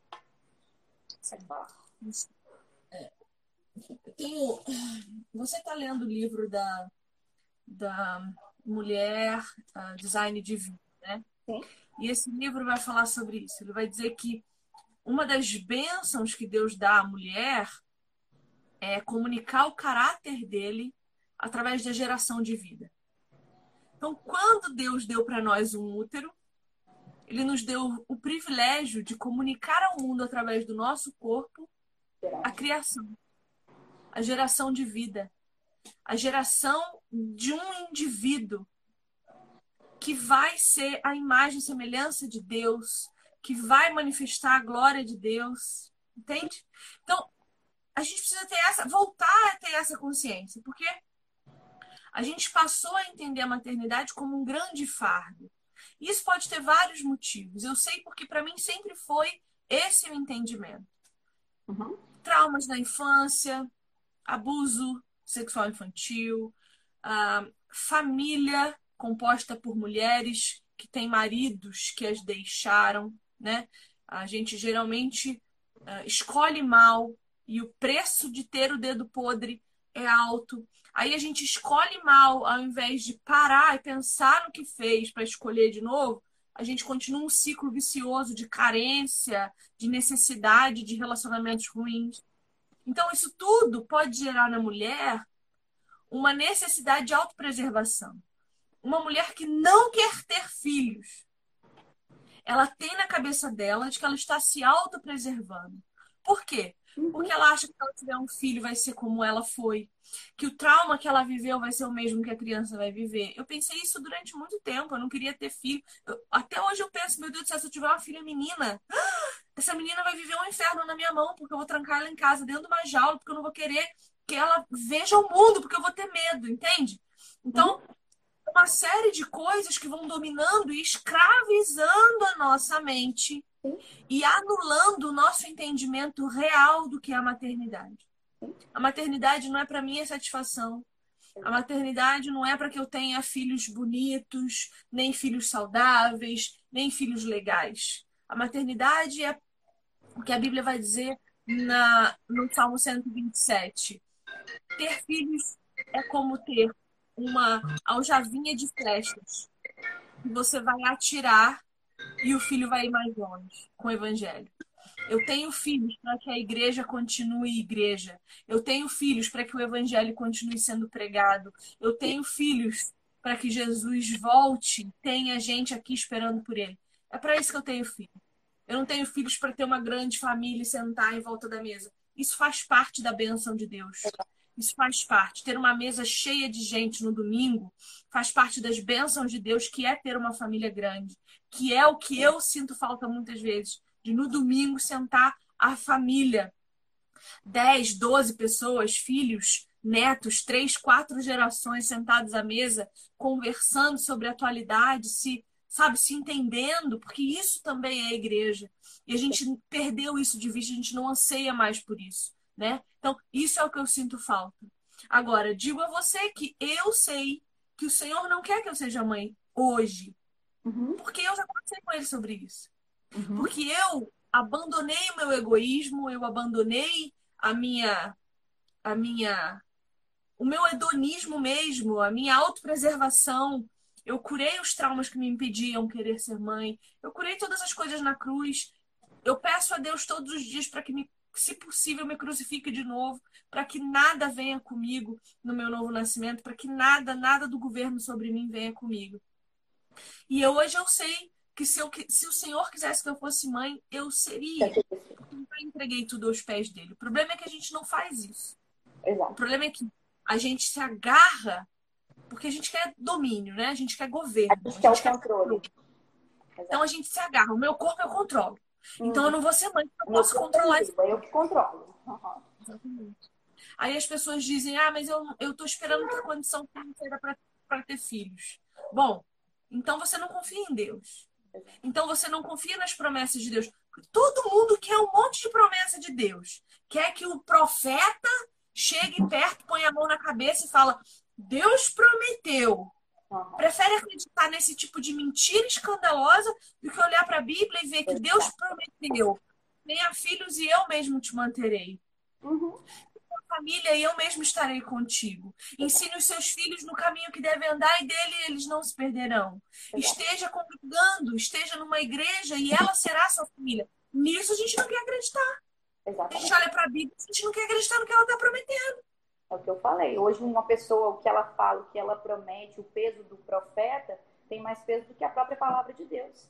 É. Tenho... Você está lendo o livro da, da mulher, uh, Design de Vida, né? Sim. E esse livro vai falar sobre isso. Ele vai dizer que uma das bênçãos que Deus dá à mulher é comunicar o caráter dele através da geração de vida. Então, quando Deus deu para nós um útero, ele nos deu o privilégio de comunicar ao mundo através do nosso corpo a criação, a geração de vida, a geração de um indivíduo que vai ser a imagem e semelhança de Deus, que vai manifestar a glória de Deus, entende? Então, a gente precisa ter essa, voltar a ter essa consciência, porque a gente passou a entender a maternidade como um grande fardo. Isso pode ter vários motivos. Eu sei porque para mim sempre foi esse o entendimento. Uhum. Traumas na infância, abuso sexual infantil, a família composta por mulheres que têm maridos que as deixaram, né? A gente geralmente uh, escolhe mal e o preço de ter o dedo podre é alto. Aí a gente escolhe mal, ao invés de parar e pensar no que fez para escolher de novo, a gente continua um ciclo vicioso de carência, de necessidade de relacionamentos ruins. Então, isso tudo pode gerar na mulher uma necessidade de autopreservação. Uma mulher que não quer ter filhos, ela tem na cabeça dela de que ela está se autopreservando. Por quê? Porque ela acha que se ela tiver um filho vai ser como ela foi, que o trauma que ela viveu vai ser o mesmo que a criança vai viver. Eu pensei isso durante muito tempo, eu não queria ter filho. Eu, até hoje eu penso, meu Deus do céu, se eu tiver uma filha menina, essa menina vai viver um inferno na minha mão, porque eu vou trancar ela em casa dentro de uma jaula, porque eu não vou querer que ela veja o mundo, porque eu vou ter medo, entende? Então, uma série de coisas que vão dominando e escravizando a nossa mente e anulando o nosso entendimento real do que é a maternidade. A maternidade não é para minha satisfação. A maternidade não é para que eu tenha filhos bonitos, nem filhos saudáveis, nem filhos legais. A maternidade é o que a Bíblia vai dizer na, no Salmo cento e vinte e sete. Ter filhos é como ter uma aljavinha de flechas que você vai atirar e o filho vai ir mais longe com o evangelho. Eu tenho filhos para que a igreja continue igreja. Eu tenho filhos para que o evangelho continue sendo pregado. Eu tenho filhos para que Jesus volte e tenha gente aqui esperando por ele. É para isso que eu tenho filho. Eu não tenho filhos para ter uma grande família e sentar em volta da mesa. Isso faz parte da bênção de Deus. Isso faz parte. Ter uma mesa cheia de gente no domingo faz parte das bênçãos de Deus, que é ter uma família grande. Que é o que eu sinto falta muitas vezes. De no domingo sentar a família. dez, doze pessoas, filhos, netos, três, quatro gerações sentados à mesa, conversando sobre a atualidade, se, sabe, se entendendo, porque isso também é a igreja. E a gente perdeu isso de vista, a gente não anseia mais por isso, né? Então, isso é o que eu sinto falta. Agora, digo a você que eu sei que o Senhor não quer que eu seja mãe hoje, Uhum. porque eu já conversei com ele sobre isso. Uhum. Porque eu abandonei o meu egoísmo, eu abandonei a minha, a minha, o meu hedonismo mesmo, a minha autopreservação. Eu curei os traumas que me impediam querer ser mãe. Eu curei todas as coisas na cruz. Eu peço a Deus todos os dias para que, me, se possível, me crucifique de novo, para que nada venha comigo no meu novo nascimento, para que nada, nada do governo sobre mim venha comigo. E eu, hoje eu sei que se, eu, se o Senhor quisesse que eu fosse mãe, eu seria. Porque eu entreguei tudo aos pés dele. O problema é que a gente não faz isso. Exato. O problema é que a gente se agarra porque a gente quer domínio, né? A gente quer governo. A gente, a gente quer quer o controle. Então a gente se agarra. O meu corpo eu controlo. Uhum. Então eu não vou ser mãe, eu O posso meu controlar isso. É eu que controlo. Uhum. Exatamente. Aí as pessoas dizem, ah, mas eu, eu tô esperando ter condição financeira para ter filhos. Bom, então você não confia em Deus. Então você não confia nas promessas de Deus. Todo mundo quer um monte de promessa de Deus. Quer que o profeta chegue perto, põe a mão na cabeça e fala, Deus prometeu. Uhum. Prefere acreditar nesse tipo de mentira escandalosa do que olhar para a Bíblia e ver que Deus prometeu. Tenha filhos e eu mesmo te manterei. Uhum. Família e eu mesmo estarei contigo. Ensine os seus filhos no caminho que devem andar e dele eles não se perderão. Esteja congregando, esteja numa igreja e ela será sua família. Nisso a gente não quer acreditar. Exatamente. A gente olha para a Bíblia e a gente não quer acreditar no que ela está prometendo. É o que eu falei. Hoje uma pessoa, o que ela fala, o que ela promete, o peso do profeta tem mais peso do que a própria palavra de Deus.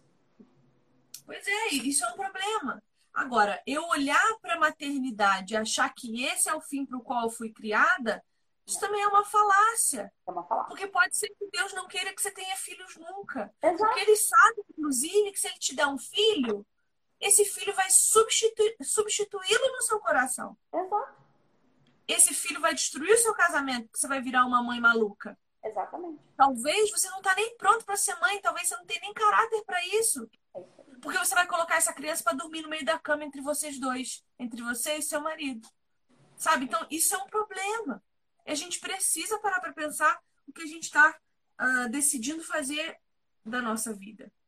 Pois é, isso é um problema. Agora, eu olhar para a maternidade e achar que esse é o fim para o qual eu fui criada, isso também é uma falácia. É uma falácia. Porque pode ser que Deus não queira que você tenha filhos nunca. Exato. Porque ele sabe, inclusive, que se ele te der um filho, esse filho vai substitu- substituí-lo no seu coração. Exato. Esse filho vai destruir o seu casamento, porque você vai virar uma mãe maluca. Exatamente. Talvez você não está nem pronto para ser mãe, talvez você não tenha nem caráter para isso. Porque você vai colocar essa criança para dormir no meio da cama entre vocês dois, entre você e seu marido. Sabe? Então, isso é um problema. E a gente precisa parar para pensar o que a gente está uh, decidindo fazer da nossa vida.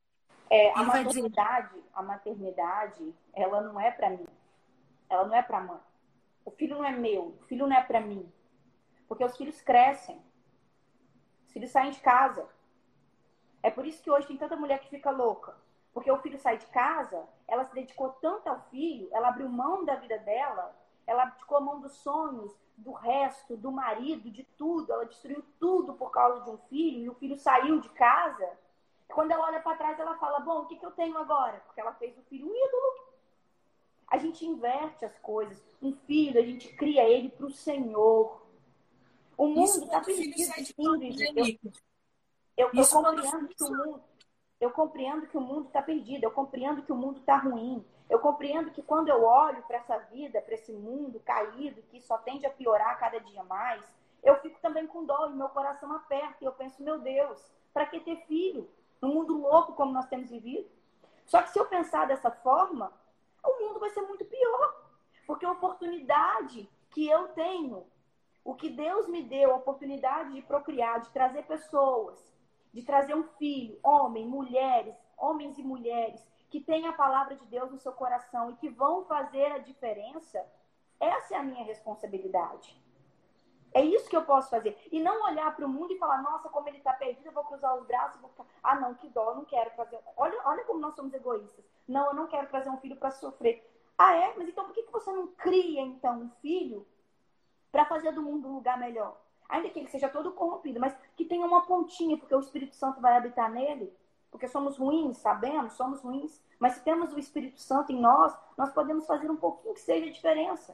É, a Ele vai dizer, maternidade, a maternidade, ela não é para mim, ela não é para a mãe. O filho não é meu, o filho não é para mim, porque os filhos crescem, os filhos saem de casa. É por isso que hoje tem tanta mulher que fica louca, porque o filho sai de casa, ela se dedicou tanto ao filho, ela abriu mão da vida dela, ela abdicou mão dos sonhos, do resto, do marido, de tudo, ela destruiu tudo por causa de um filho, e o filho saiu de casa. Quando ela olha para trás, ela fala, bom, o que, que eu tenho agora? Porque ela fez o filho um ídolo. A gente inverte as coisas. Um filho, a gente cria ele para o Senhor. O isso mundo está quando o filho perdido, sai de sim, campo, Vivi. né, Eu, Nico? eu, eu Isso quando o compreendo filho que o sai. mundo, eu compreendo que o mundo está perdido. Eu compreendo que o mundo está ruim. Eu compreendo que quando eu olho para essa vida, para esse mundo caído, que só tende a piorar cada dia mais, eu fico também com dó e meu coração aperta. E eu penso, meu Deus, para que ter filho? Num mundo louco como nós temos vivido. Só que se eu pensar dessa forma, o mundo vai ser muito pior. Porque a oportunidade que eu tenho, o que Deus me deu, a oportunidade de procriar, de trazer pessoas, de trazer um filho, homem, mulheres, homens e mulheres, que têm a palavra de Deus no seu coração e que vão fazer a diferença, essa é a minha responsabilidade. É isso que eu posso fazer. E não olhar para o mundo e falar, nossa, como ele está perdido, eu vou cruzar os braços e vou ficar. Ah, não, que dó, eu não quero fazer. Olha, olha como nós somos egoístas. Não, eu não quero trazer um filho para sofrer. Ah, é? Mas então por que você não cria, então, um filho para fazer do mundo um lugar melhor? Ainda que ele seja todo corrompido, mas que tenha uma pontinha, porque o Espírito Santo vai habitar nele. Porque somos ruins, sabemos, somos ruins. Mas se temos o Espírito Santo em nós, nós podemos fazer um pouquinho que seja a diferença.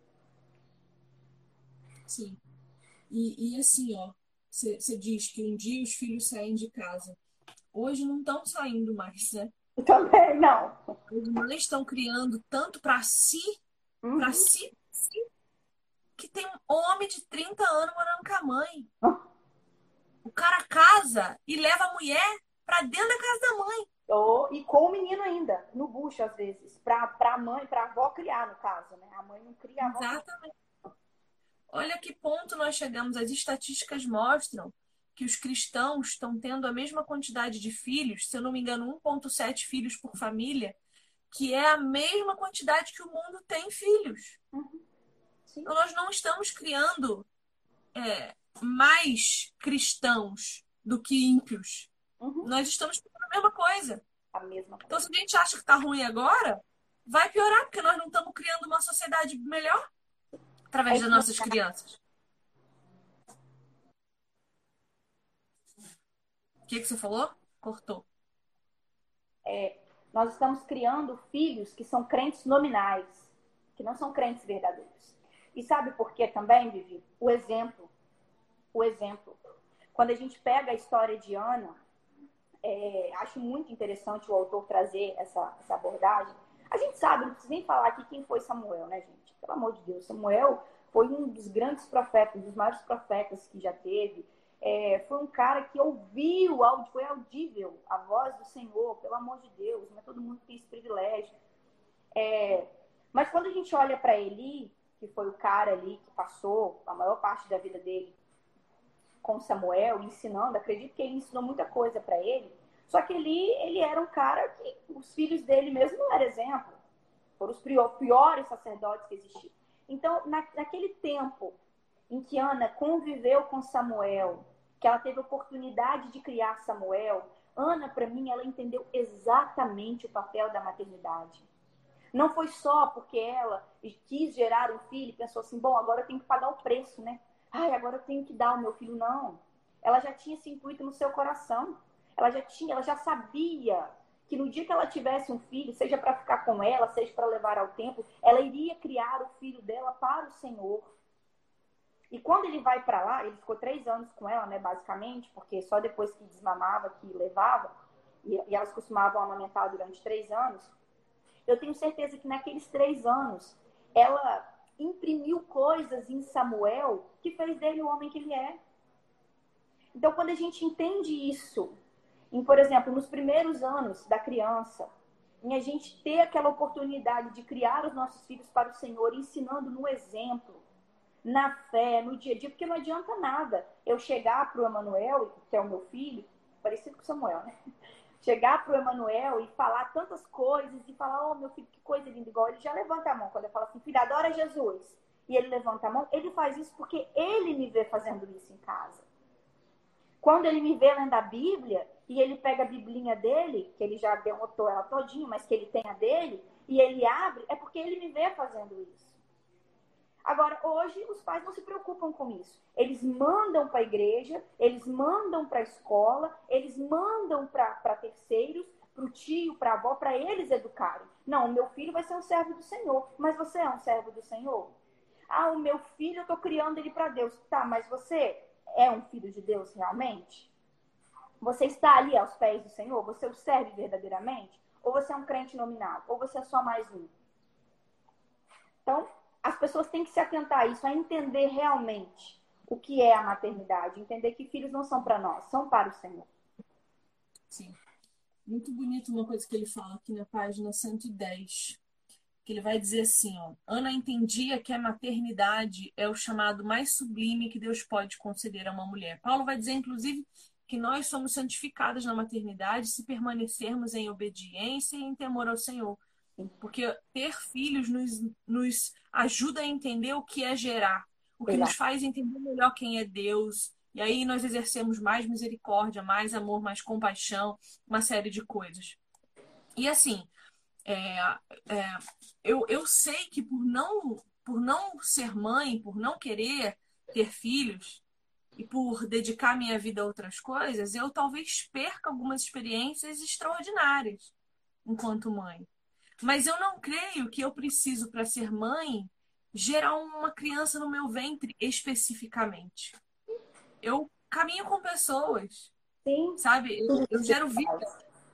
Sim. E, e assim, ó, você diz que um dia os filhos saem de casa. Hoje não estão saindo mais, né? Também não. As mães estão criando tanto para si, para Uhum. si, si, que tem um homem de trinta anos morando com a mãe. O cara casa e leva a mulher para dentro da casa da mãe. Oh, e com o menino ainda, no bucho, às vezes. Pra, pra mãe, pra avó criar, no caso, né? A mãe não cria, a avó cria. Exatamente. Olha que ponto nós chegamos. As estatísticas mostram que os cristãos estão tendo a mesma quantidade de filhos, se eu não me engano, um vírgula sete filhos por família, que é a mesma quantidade que o mundo tem filhos. Uhum. Sim. Então, nós não estamos criando é, mais cristãos do que ímpios. Uhum. Nós estamos fazendo a mesma coisa. A mesma Então, coisa. se a gente acha que está ruim agora, vai piorar, porque nós não estamos criando uma sociedade melhor É através das isso, nossas crianças. O que, que você falou? Cortou. é, nós estamos criando filhos que são crentes nominais, que não são crentes verdadeiros. E sabe por quê também, Vivi? O exemplo. O exemplo. Quando a gente pega a história de Ana, é, acho muito interessante o autor trazer essa, essa abordagem. A gente sabe, não precisa nem falar aqui quem foi Samuel, né, gente? Pelo amor de Deus, Samuel foi um dos grandes profetas, um dos maiores profetas que já teve. É, foi um cara que ouviu, foi audível a voz do Senhor, pelo amor de Deus, não é todo mundo que tem esse privilégio. É, mas quando a gente olha para Eli, que foi o cara ali que passou a maior parte da vida dele com Samuel, ensinando, acredito que ele ensinou muita coisa para ele, só que ele, ele era um cara que os filhos dele mesmo não eram exemplo, foram os piores sacerdotes que existiam. Então, na, naquele tempo em que Ana conviveu com Samuel, que ela teve a oportunidade de criar Samuel, Ana, para mim, ela entendeu exatamente o papel da maternidade. Não foi só porque ela quis gerar um filho e pensou assim, bom, agora eu tenho que pagar o preço, né? Ai, agora eu tenho que dar ao meu filho. Não. Ela já tinha esse intuito no seu coração. Ela já tinha, ela já sabia que no dia que ela tivesse um filho, seja para ficar com ela, seja para levar ao templo, ela iria criar o filho dela para o Senhor. E quando ele vai para lá, ele ficou três anos com ela, né, basicamente, porque só depois que desmamava, que levava, e, e elas costumavam amamentar durante três anos, eu tenho certeza que naqueles três anos, ela imprimiu coisas em Samuel que fez dele o homem que ele é. Então, quando a gente entende isso, em, por exemplo, nos primeiros anos da criança, em a gente ter aquela oportunidade de criar os nossos filhos para o Senhor, ensinando no exemplo, na fé, no dia a dia, porque não adianta nada eu chegar para o Emanuel, que é o meu filho, parecido com o Samuel, né? chegar pro Emanuel e falar tantas coisas e falar, oh, meu filho, que coisa linda, igual ele já levanta a mão. Quando eu falo assim, filho, adora Jesus, e ele levanta a mão, ele faz isso porque ele me vê fazendo isso em casa. Quando ele me vê lendo a Bíblia, e ele pega a biblinha dele, que ele já derrotou ela todinha, mas que ele tem a dele, e ele abre, é porque ele me vê fazendo isso. Agora, hoje, os pais não se preocupam com isso. Eles mandam para a igreja, eles mandam para a escola, eles mandam para terceiros, para o tio, para a avó, para eles educarem. Não, o meu filho vai ser um servo do Senhor. Mas você é um servo do Senhor? Ah, o meu filho, eu estou criando ele para Deus. Tá, mas você é um filho de Deus realmente? Você está ali aos pés do Senhor? Você o serve verdadeiramente? Ou você é um crente nominal? Ou você é só mais um? Então, as pessoas têm que se atentar a isso, a entender realmente o que é a maternidade. Entender que filhos não são para nós, são para o Senhor. Sim. Muito bonito uma coisa que ele fala aqui na página cento e dez. Que ele vai dizer assim, ó. Ana entendia que a maternidade é o chamado mais sublime que Deus pode conceder a uma mulher. Paulo vai dizer, inclusive, que nós somos santificadas na maternidade se permanecermos em obediência e em temor ao Senhor. Porque ter filhos nos, nos ajuda a entender o que é gerar, o que nos faz entender melhor quem é Deus. E aí nós exercemos mais misericórdia, mais amor, mais compaixão, uma série de coisas. E assim, é, é, eu, eu sei que por não, por não ser mãe, por não querer ter filhos e por dedicar minha vida a outras coisas, eu talvez perca algumas experiências extraordinárias enquanto mãe. Mas eu não creio que eu preciso, para ser mãe, gerar uma criança no meu ventre especificamente. Eu caminho com pessoas, Sim. sabe? Eu, eu gero vida,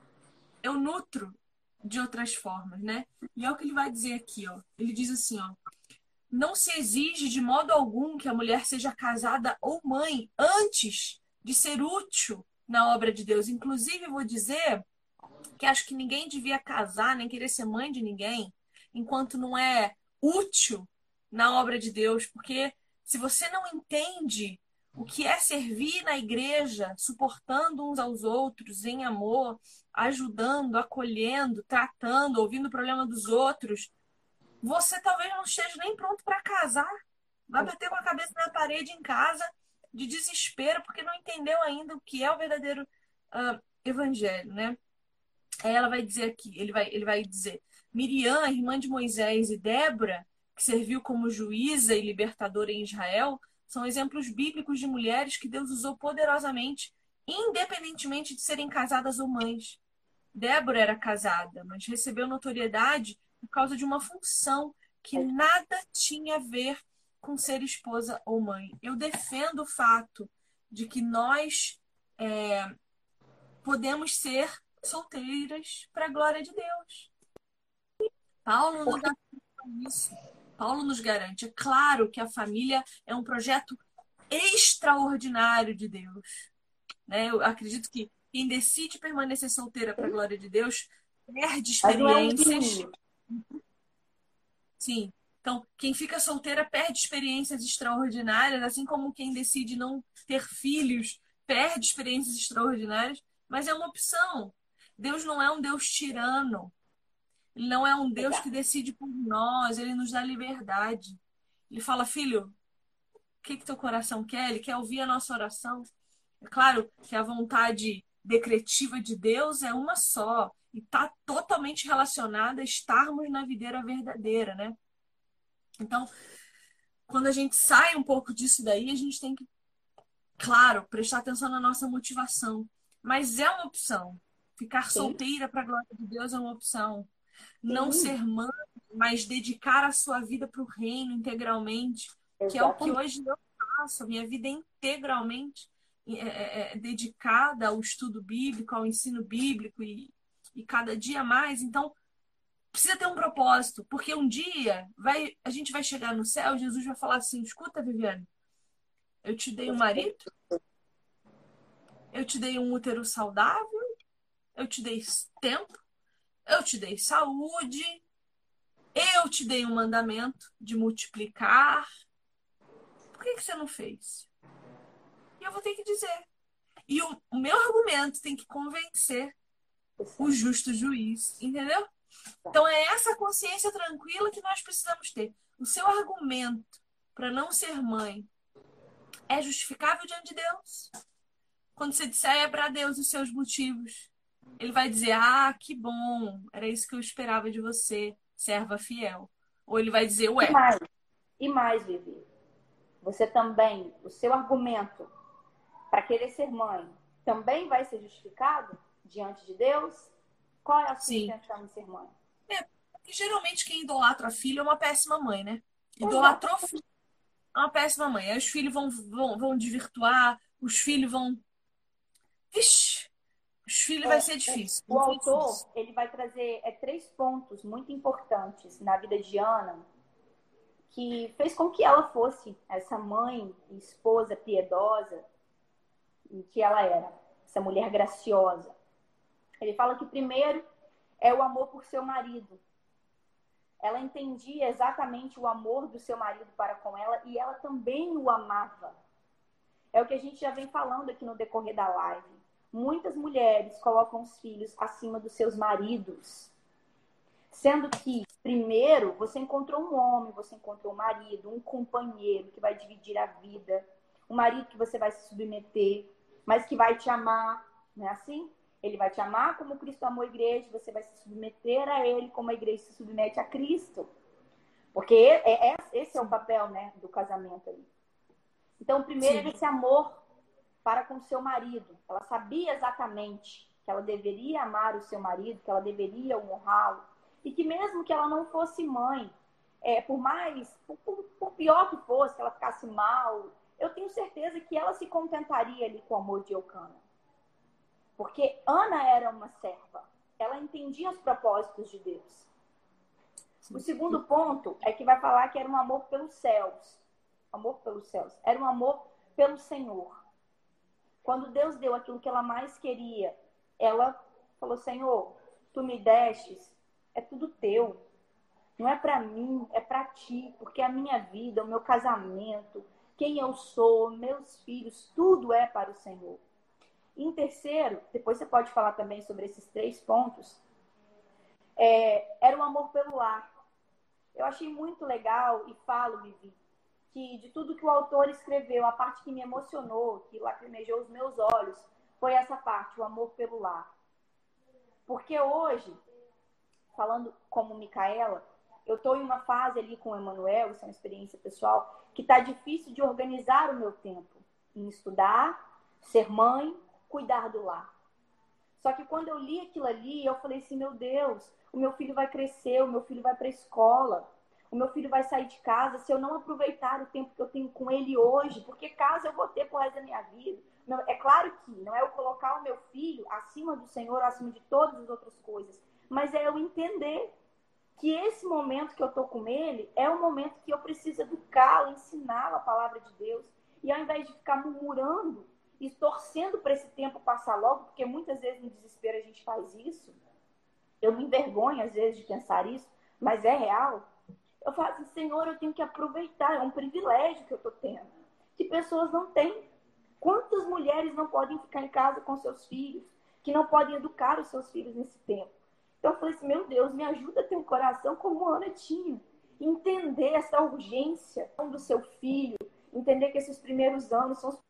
eu nutro de outras formas, né? E é o que ele vai dizer aqui, ó. Ele diz assim, ó. Não se exige de modo algum que a mulher seja casada ou mãe antes de ser útil na obra de Deus. Inclusive, vou dizer que acho que ninguém devia casar, nem querer ser mãe de ninguém, enquanto não é útil na obra de Deus. Porque se você não entende o que é servir na igreja, suportando uns aos outros em amor, ajudando, acolhendo, tratando, ouvindo o problema dos outros, você talvez não esteja nem pronto para casar. Vai bater com a cabeça na parede em casa de desespero, porque não entendeu ainda o que é o verdadeiro uh, evangelho, né? Aí ela vai dizer aqui, ele vai, ele vai dizer, Miriam, irmã de Moisés, e Débora, que serviu como juíza e libertadora em Israel, são exemplos bíblicos de mulheres que Deus usou poderosamente, independentemente de serem casadas ou mães. Débora era casada, mas recebeu notoriedade por causa de uma função que nada tinha a ver com ser esposa ou mãe. Eu defendo o fato de que nós é, podemos ser solteiras para a glória de Deus. Paulo nos garante isso. Paulo nos garante. É claro que a família é um projeto extraordinário de Deus. Né? Eu acredito que quem decide permanecer solteira para a glória de Deus perde experiências. Sim. Então, quem fica solteira perde experiências extraordinárias, assim como quem decide não ter filhos perde experiências extraordinárias, mas é uma opção. Deus não é um Deus tirano. Ele não é um Deus que decide por nós, ele nos dá liberdade. Ele fala, filho, o que que teu coração quer? Ele quer ouvir a nossa oração. É claro que a vontade decretiva de Deus é uma só e está totalmente relacionada a estarmos na videira verdadeira, né? Então, quando a gente sai um pouco disso daí, a gente tem que, claro, prestar atenção na nossa motivação. Mas é uma opção. Ficar Sim. solteira para a glória de Deus é uma opção. Não Sim. ser mãe, mas dedicar a sua vida para o reino integralmente, Exatamente. que é o que hoje eu faço. A minha vida é integralmente é, é, é dedicada ao estudo bíblico, ao ensino bíblico e, e cada dia mais. Então, precisa ter um propósito, porque um dia vai, a gente vai chegar no céu e Jesus vai falar assim, escuta, Viviane, eu te dei um marido, eu te dei um útero saudável, eu te dei tempo, eu te dei saúde, eu te dei um mandamento de multiplicar. Por que que você não fez? E eu vou ter que dizer. E o, o meu argumento tem que convencer o justo juiz, entendeu? Então é essa consciência tranquila que nós precisamos ter. O seu argumento para não ser mãe é justificável diante de Deus? Quando você disser para Deus os seus motivos, ele vai dizer, ah, que bom, era isso que eu esperava de você, serva fiel. Ou ele vai dizer, E ué. mais, e mais, Vivi, você também, o seu argumento para querer ser mãe, também vai ser justificado diante de Deus? Qual é a sua Sim. intenção em ser mãe? É, porque geralmente quem idolatra filho é uma péssima mãe, né? Idolatrou Exato. filho é uma péssima mãe. Aí os filhos vão, vão, vão desvirtuar, os filhos vão... Vixe, os filhos vai ser difícil. O Vai ser autor, difícil. ele vai trazer é, três pontos muito importantes na vida de Ana, que fez com que ela fosse essa mãe e esposa piedosa que ela era, essa mulher graciosa. Ele fala que primeiro é o amor por seu marido. Ela entendia exatamente o amor do seu marido para com ela e ela também o amava. É o que a gente já vem falando aqui no decorrer da live. Muitas mulheres colocam os filhos acima dos seus maridos. Sendo que, primeiro, você encontrou um homem, você encontrou um marido, um companheiro que vai dividir a vida. Um marido que você vai se submeter, mas que vai te amar. Não é assim? Ele vai te amar como Cristo amou a igreja, você vai se submeter a ele como a igreja se submete a Cristo. Porque é, é, esse é o papel, né, do casamento ali. Então, primeiro era esse amor para com o seu marido. Ela sabia exatamente que ela deveria amar o seu marido, que ela deveria honrá-lo. E que mesmo que ela não fosse mãe, é, por mais, por, por, por pior que fosse, que ela ficasse mal, eu tenho certeza que ela se contentaria ali com o amor de Eucana. Porque Ana era uma serva. Ela entendia os propósitos de Deus. O segundo ponto é que vai falar que era um amor pelos céus. Amor pelos céus. Era um amor pelo Senhor. Quando Deus deu aquilo que ela mais queria, ela falou, Senhor, tu me destes, é tudo teu. Não é para mim, é para ti. Porque a minha vida, o meu casamento, quem eu sou, meus filhos, tudo é para o Senhor. Em terceiro, depois você pode falar também sobre esses três pontos, é, era um amor pelo lar. Eu achei muito legal e falo, Vivi, que de tudo que o autor escreveu, a parte que me emocionou, que lacrimejou os meus olhos, foi essa parte, o amor pelo lar. Porque hoje, falando como Micaela, eu estou em uma fase ali com o Emanuel, isso é uma experiência pessoal, que está difícil de organizar o meu tempo em estudar, ser mãe, cuidar do lar. Só que quando eu li aquilo ali, eu falei assim, meu Deus, o meu filho vai crescer, o meu filho vai para a escola, o meu filho vai sair de casa, se eu não aproveitar o tempo que eu tenho com ele hoje, porque casa eu vou ter pro resto da minha vida. É claro que não é eu colocar o meu filho acima do Senhor, acima de todas as outras coisas, mas é eu entender que esse momento que eu tô com ele é o momento que eu preciso educá-lo, ensiná-lo a palavra de Deus, e ao invés de ficar murmurando e torcendo para esse tempo passar logo, porque muitas vezes no desespero a gente faz isso, eu me envergonho às vezes de pensar isso, mas é real. Eu falo assim, Senhor, eu tenho que aproveitar, é um privilégio que eu estou tendo, que pessoas não têm. Quantas mulheres não podem ficar em casa com seus filhos, que não podem educar os seus filhos nesse tempo? Então eu falei assim, meu Deus, me ajuda a ter um coração como Ana tinha. Entender essa urgência do seu filho, entender que esses primeiros anos são os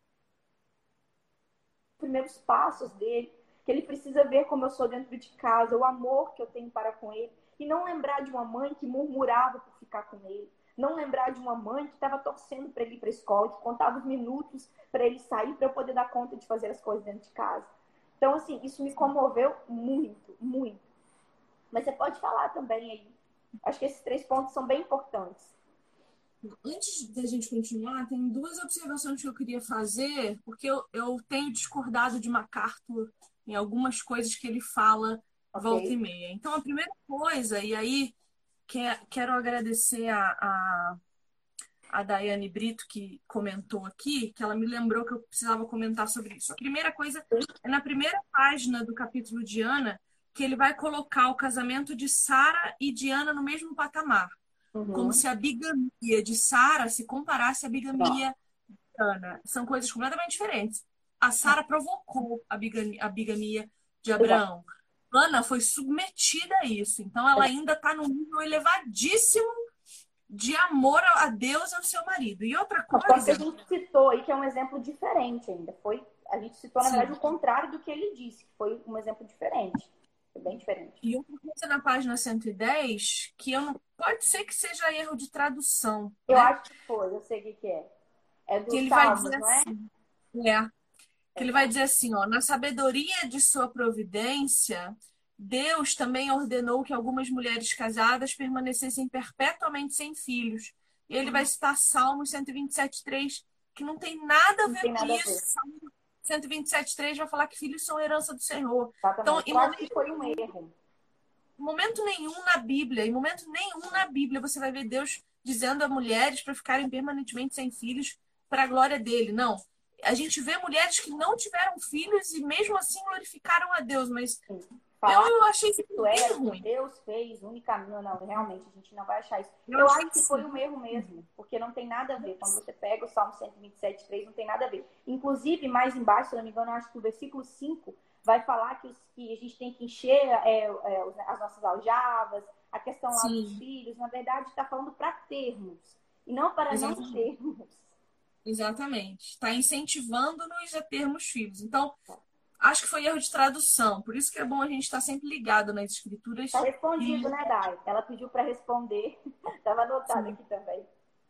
primeiros passos dele, que ele precisa ver como eu sou dentro de casa, o amor que eu tenho para com ele. E não lembrar de uma mãe que murmurava por ficar com ele. Não lembrar de uma mãe que estava torcendo para ele ir para a escola, que contava os minutos para ele sair, para eu poder dar conta de fazer as coisas dentro de casa. Então, assim, isso me comoveu muito, muito. Mas você pode falar também aí. Acho que esses três pontos são bem importantes. Antes da gente continuar, tem duas observações que eu queria fazer, porque eu, eu tenho discordado de MacArthur em algumas coisas que ele fala Okay. volta e meia. Então, a primeira coisa, e aí quer, quero agradecer a, a, a Daiane Brito, que comentou aqui, que ela me lembrou que eu precisava comentar sobre isso. A primeira coisa é na primeira página do capítulo de Ana, que ele vai colocar o casamento de Sara e de Ana no mesmo patamar. Uhum. Como se a bigamia de Sara se comparasse à bigamia de Ana. São coisas completamente diferentes. A Sara provocou a bigamia, a bigamia de Abraão. Ana foi submetida a isso. Então, ela ainda está num nível elevadíssimo de amor a Deus e ao seu marido. E outra Não, tanto que a coisa... gente citou aí que é um exemplo diferente ainda. Foi, a gente citou, na Sim. verdade, o contrário do que ele disse, que foi um exemplo diferente. Foi bem diferente. E outra coisa na página cento e dez, que eu não... pode ser que seja erro de tradução, Eu né? acho que foi, eu sei o que, que é. É Que dos ele vai Salmos, dizer não é? assim. É. Que ele vai dizer assim, ó, na sabedoria de sua providência, Deus também ordenou que algumas mulheres casadas permanecessem perpetuamente sem filhos. E ele vai citar Salmos cento e vinte e sete, três, que não tem nada a Não ver tem com nada a isso. ver. Salmo cento e vinte e sete, três vai falar que filhos são herança do Senhor. Então, Exatamente. em Eu acho que momento, foi um erro. em momento nenhum na Bíblia, em momento nenhum na Bíblia, você vai ver Deus dizendo a mulheres para ficarem permanentemente sem filhos para a glória dele. Não. A gente vê mulheres que não tiveram filhos e mesmo assim glorificaram a Deus, mas Sim. eu, Falar eu achei isso que isso bem era que ruim. Deus fez, o único caminho, não, realmente, a gente não vai achar isso. Eu Eu achei acho que que foi sim. um erro mesmo, porque não tem nada a ver. Quando você pega o Salmo cento e vinte e sete, três, não tem nada a ver. Inclusive, mais embaixo, se eu não me engano, eu acho que o versículo cinco vai falar que, os, que a gente tem que encher é, é, as nossas aljavas, a questão lá dos Sim, filhos, na verdade, está falando para termos, e não para não exatamente. termos. Exatamente. Está incentivando-nos a termos filhos. Então, acho que foi erro de tradução. Por isso que é bom a gente estar sempre ligado nas Tá escrituras. respondido, E, né, Dai? Ela pediu para responder. Estava anotado sim. aqui também.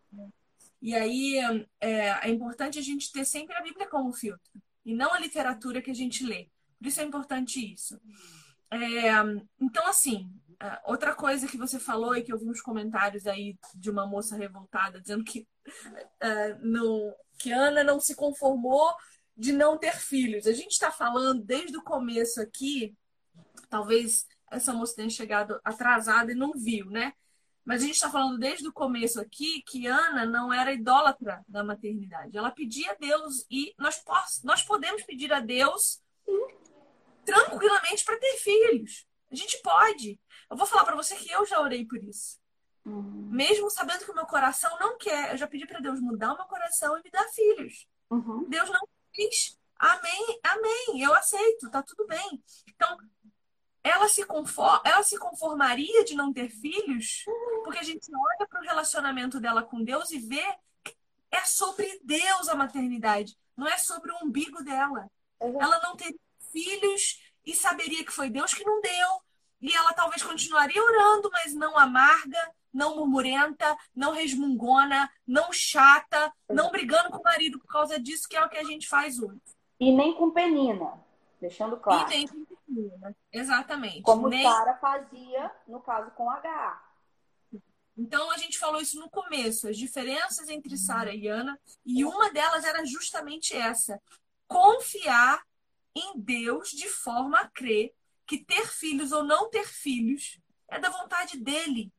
E aí é, é importante a gente ter sempre a Bíblia como filtro. E não a literatura que a gente lê. Por isso é importante isso. É, então, assim, é, outra coisa que você falou e que eu vi uns comentários aí de uma moça revoltada dizendo que, é, não, que Ana não se conformou de não ter filhos. A gente está falando desde o começo aqui, talvez essa moça tenha chegado atrasada e não viu, né? Mas a gente está falando desde o começo aqui que Ana não era idólatra da maternidade. Ela pedia a Deus e nós, nós podemos pedir a Deus tranquilamente para ter filhos. A gente pode. Eu vou falar para você que eu já orei por isso. Uhum. Mesmo sabendo que o meu coração não quer. Eu já pedi para Deus mudar o meu coração e me dar filhos. Uhum. Deus não quis. Amém, amém. Eu aceito, tá tudo bem. Então, ela se, conform... ela se conformaria de não ter filhos? Porque a gente olha para o relacionamento dela com Deus e vê que é sobre Deus a maternidade. Não é sobre o umbigo dela. Uhum. Ela não teria filhos e saberia que foi Deus que não deu. E ela talvez continuaria orando, mas não amarga, não murmurenta, não resmungona, não chata, não brigando com o marido por causa disso, que é o que a gente faz hoje. E nem com Penina, deixando E claro. nem com menina. Exatamente. Como Nem... Sara fazia, no caso, com H. Então, a gente falou isso no começo, as diferenças entre Sara e Ana, e uma delas era justamente essa: confiar em Deus de forma a crer que ter filhos ou não ter filhos é da vontade dele.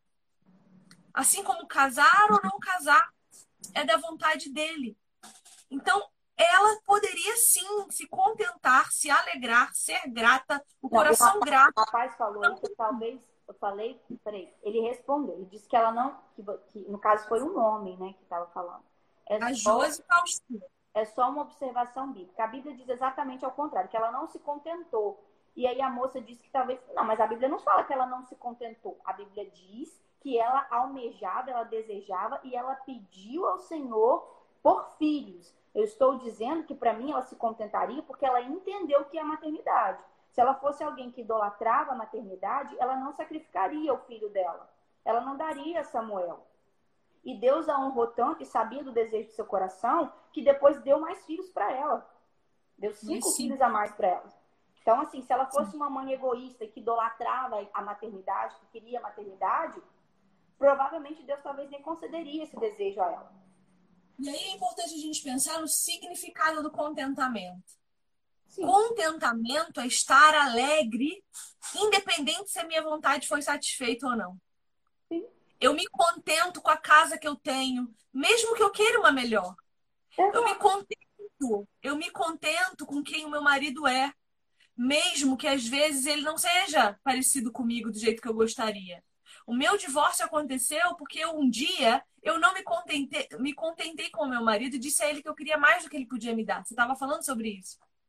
Assim como casar ou não casar é da vontade dele. Então, ela poderia sim se contentar, se alegrar, ser grata, o Não, coração o rapaz, grato. o rapaz falou aí que talvez, eu falei, peraí, ele respondeu, ele disse que ela não, que, que no caso foi um homem, né, que estava falando. É A só, Josi Faustina. é só uma observação bíblica. A Bíblia diz exatamente ao contrário, que ela não se contentou. E aí a moça disse que talvez, não, mas a Bíblia não fala que ela não se contentou. A Bíblia diz que ela almejava, ela desejava e ela pediu ao Senhor por filhos. Eu estou dizendo que para mim ela se contentaria porque ela entendeu o que é a maternidade. Se ela fosse alguém que idolatrava a maternidade, ela não sacrificaria o filho dela. Ela não daria a Samuel. E Deus a honrou tanto e sabia do desejo do seu coração que depois deu mais filhos para ela. Deu cinco filhos a mais para ela. Então, assim, se ela fosse uma mãe egoísta que idolatrava a maternidade, que queria a maternidade, provavelmente Deus talvez nem concederia esse desejo a ela. E aí é importante a gente pensar no significado do contentamento. Sim. Contentamento é estar alegre, independente se a minha vontade foi satisfeita ou não. Sim. Eu me contento com a casa que eu tenho, mesmo que eu queira uma melhor. Exato. Eu me contento, eu me contento com quem o meu marido é, mesmo que às vezes ele não seja parecido comigo do jeito que eu gostaria. O meu divórcio aconteceu porque um dia eu não me contentei, me contentei com o meu marido e disse a ele que eu queria mais do que ele podia me dar. Você estava falando sobre isso.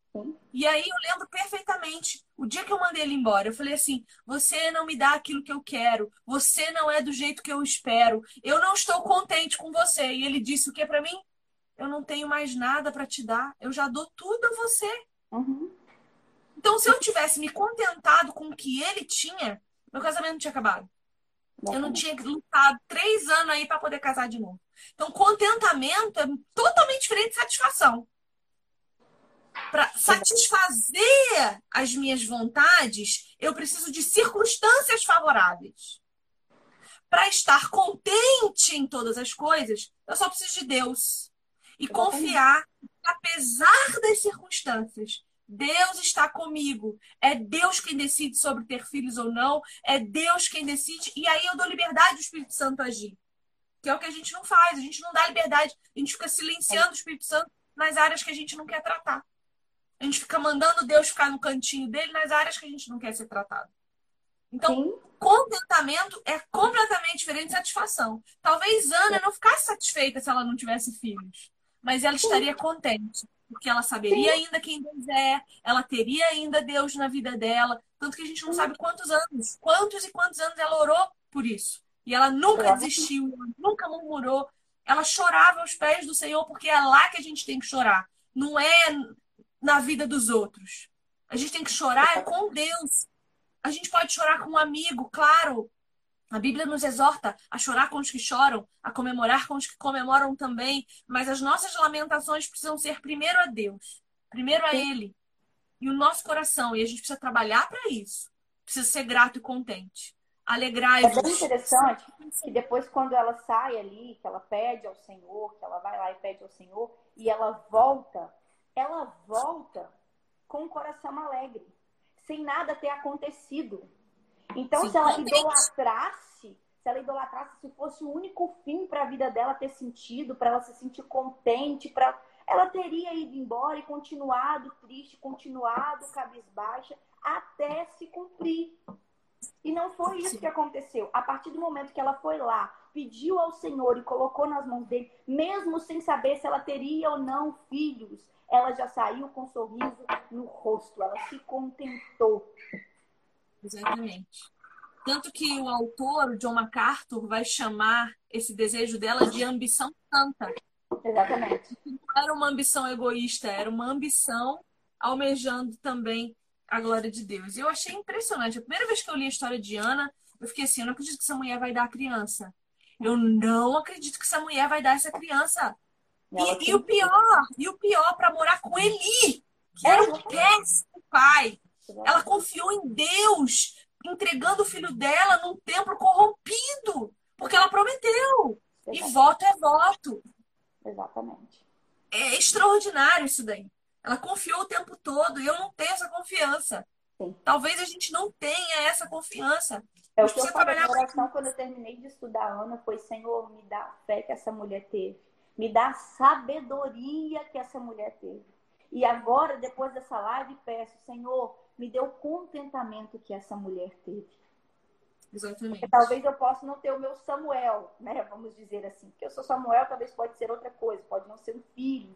Sim. E aí eu lembro perfeitamente, o dia que eu mandei ele embora, eu falei assim: você não me dá aquilo que eu quero, você não é do jeito que eu espero, eu não estou contente com você. E ele disse o que para mim? Eu não tenho mais nada para te dar, eu já dou tudo a você. Uhum. Então, se eu tivesse me contentado com o que ele tinha, meu casamento não tinha acabado. Eu não Exatamente. tinha lutado três anos aí para poder casar de novo. Então, contentamento é totalmente diferente de satisfação. Para satisfazer as minhas vontades, eu preciso de circunstâncias favoráveis. Para estar contente em todas as coisas, eu só preciso de Deus. E Exatamente. confiar que, apesar das circunstâncias, Deus está comigo. É Deus quem decide sobre ter filhos ou não. É Deus quem decide. E aí eu dou liberdade do Espírito Santo agir. Que é o que a gente não faz. A gente não dá liberdade. A gente fica silenciando o Espírito Santo nas áreas que a gente não quer tratar. A gente fica mandando Deus ficar no cantinho dele nas áreas que a gente não quer ser tratado. Então, Sim. contentamento é completamente diferente de satisfação. Talvez Ana não ficasse satisfeita se ela não tivesse filhos, mas ela estaria contente, porque ela saberia Sim. ainda quem Deus é, ela teria ainda Deus na vida dela, tanto que a gente não Sim. sabe quantos anos, quantos e quantos anos ela orou por isso. E ela nunca Exatamente. desistiu, ela nunca murmurou, ela chorava aos pés do Senhor, porque é lá que a gente tem que chorar, não é na vida dos outros. A gente tem que chorar é com Deus. A gente pode chorar com um amigo, claro. A Bíblia nos exorta a chorar com os que choram, a comemorar com os que comemoram também. Mas as nossas lamentações precisam ser primeiro a Deus, primeiro a Sim. Ele e o nosso coração. E a gente precisa trabalhar para isso. Precisa ser grato e contente. É bem Alegrai-vos. interessante que depois, quando ela sai ali, que ela pede ao Senhor, que ela vai lá e pede ao Senhor, e ela volta, ela volta com o coração alegre, sem nada ter acontecido. Então, Sim, se ela contente. idolatrasse, se ela idolatrasse, se fosse o único fim para a vida dela ter sentido, para ela se sentir contente, para ela teria ido embora e continuado triste, continuado cabisbaixa, até se cumprir. E não foi isso que Sim, aconteceu. A partir do momento que ela foi lá, pediu ao Senhor e colocou nas mãos dele, mesmo sem saber se ela teria ou não filhos, ela já saiu com um sorriso no rosto, ela se contentou. exatamente. Tanto que o autor, o John MacArthur, vai chamar esse desejo dela de ambição santa. Exatamente. Não era uma ambição egoísta, era uma ambição almejando também a glória de Deus. E eu achei impressionante. A primeira vez que eu li a história de Ana, eu fiquei assim, eu não acredito que essa mulher vai dar a criança. Eu não acredito que essa mulher vai dar essa criança. E ela E, e o cumpriu. pior, e o pior, para morar com Eli, que É, era um exatamente. péssimo pai. Ela Exatamente. confiou em Deus, entregando o filho dela num templo corrompido, porque ela prometeu. E voto é voto. Exatamente. É extraordinário isso daí. Ela confiou o tempo todo e eu não tenho essa confiança. Sim. Talvez a gente não tenha essa confiança. É A o gente que eu precisa falei trabalhar na mais oração nisso. quando eu terminei de estudar a Ana, foi: Senhor, me dá a fé que essa mulher teve. Me dá a sabedoria que essa mulher teve. E agora, depois dessa live, peço: Senhor, me dê o contentamento que essa mulher teve. Porque Exatamente. talvez eu possa não ter o meu Samuel, né? Vamos dizer assim. Porque eu sou Samuel, talvez pode ser outra coisa, pode não ser um filho.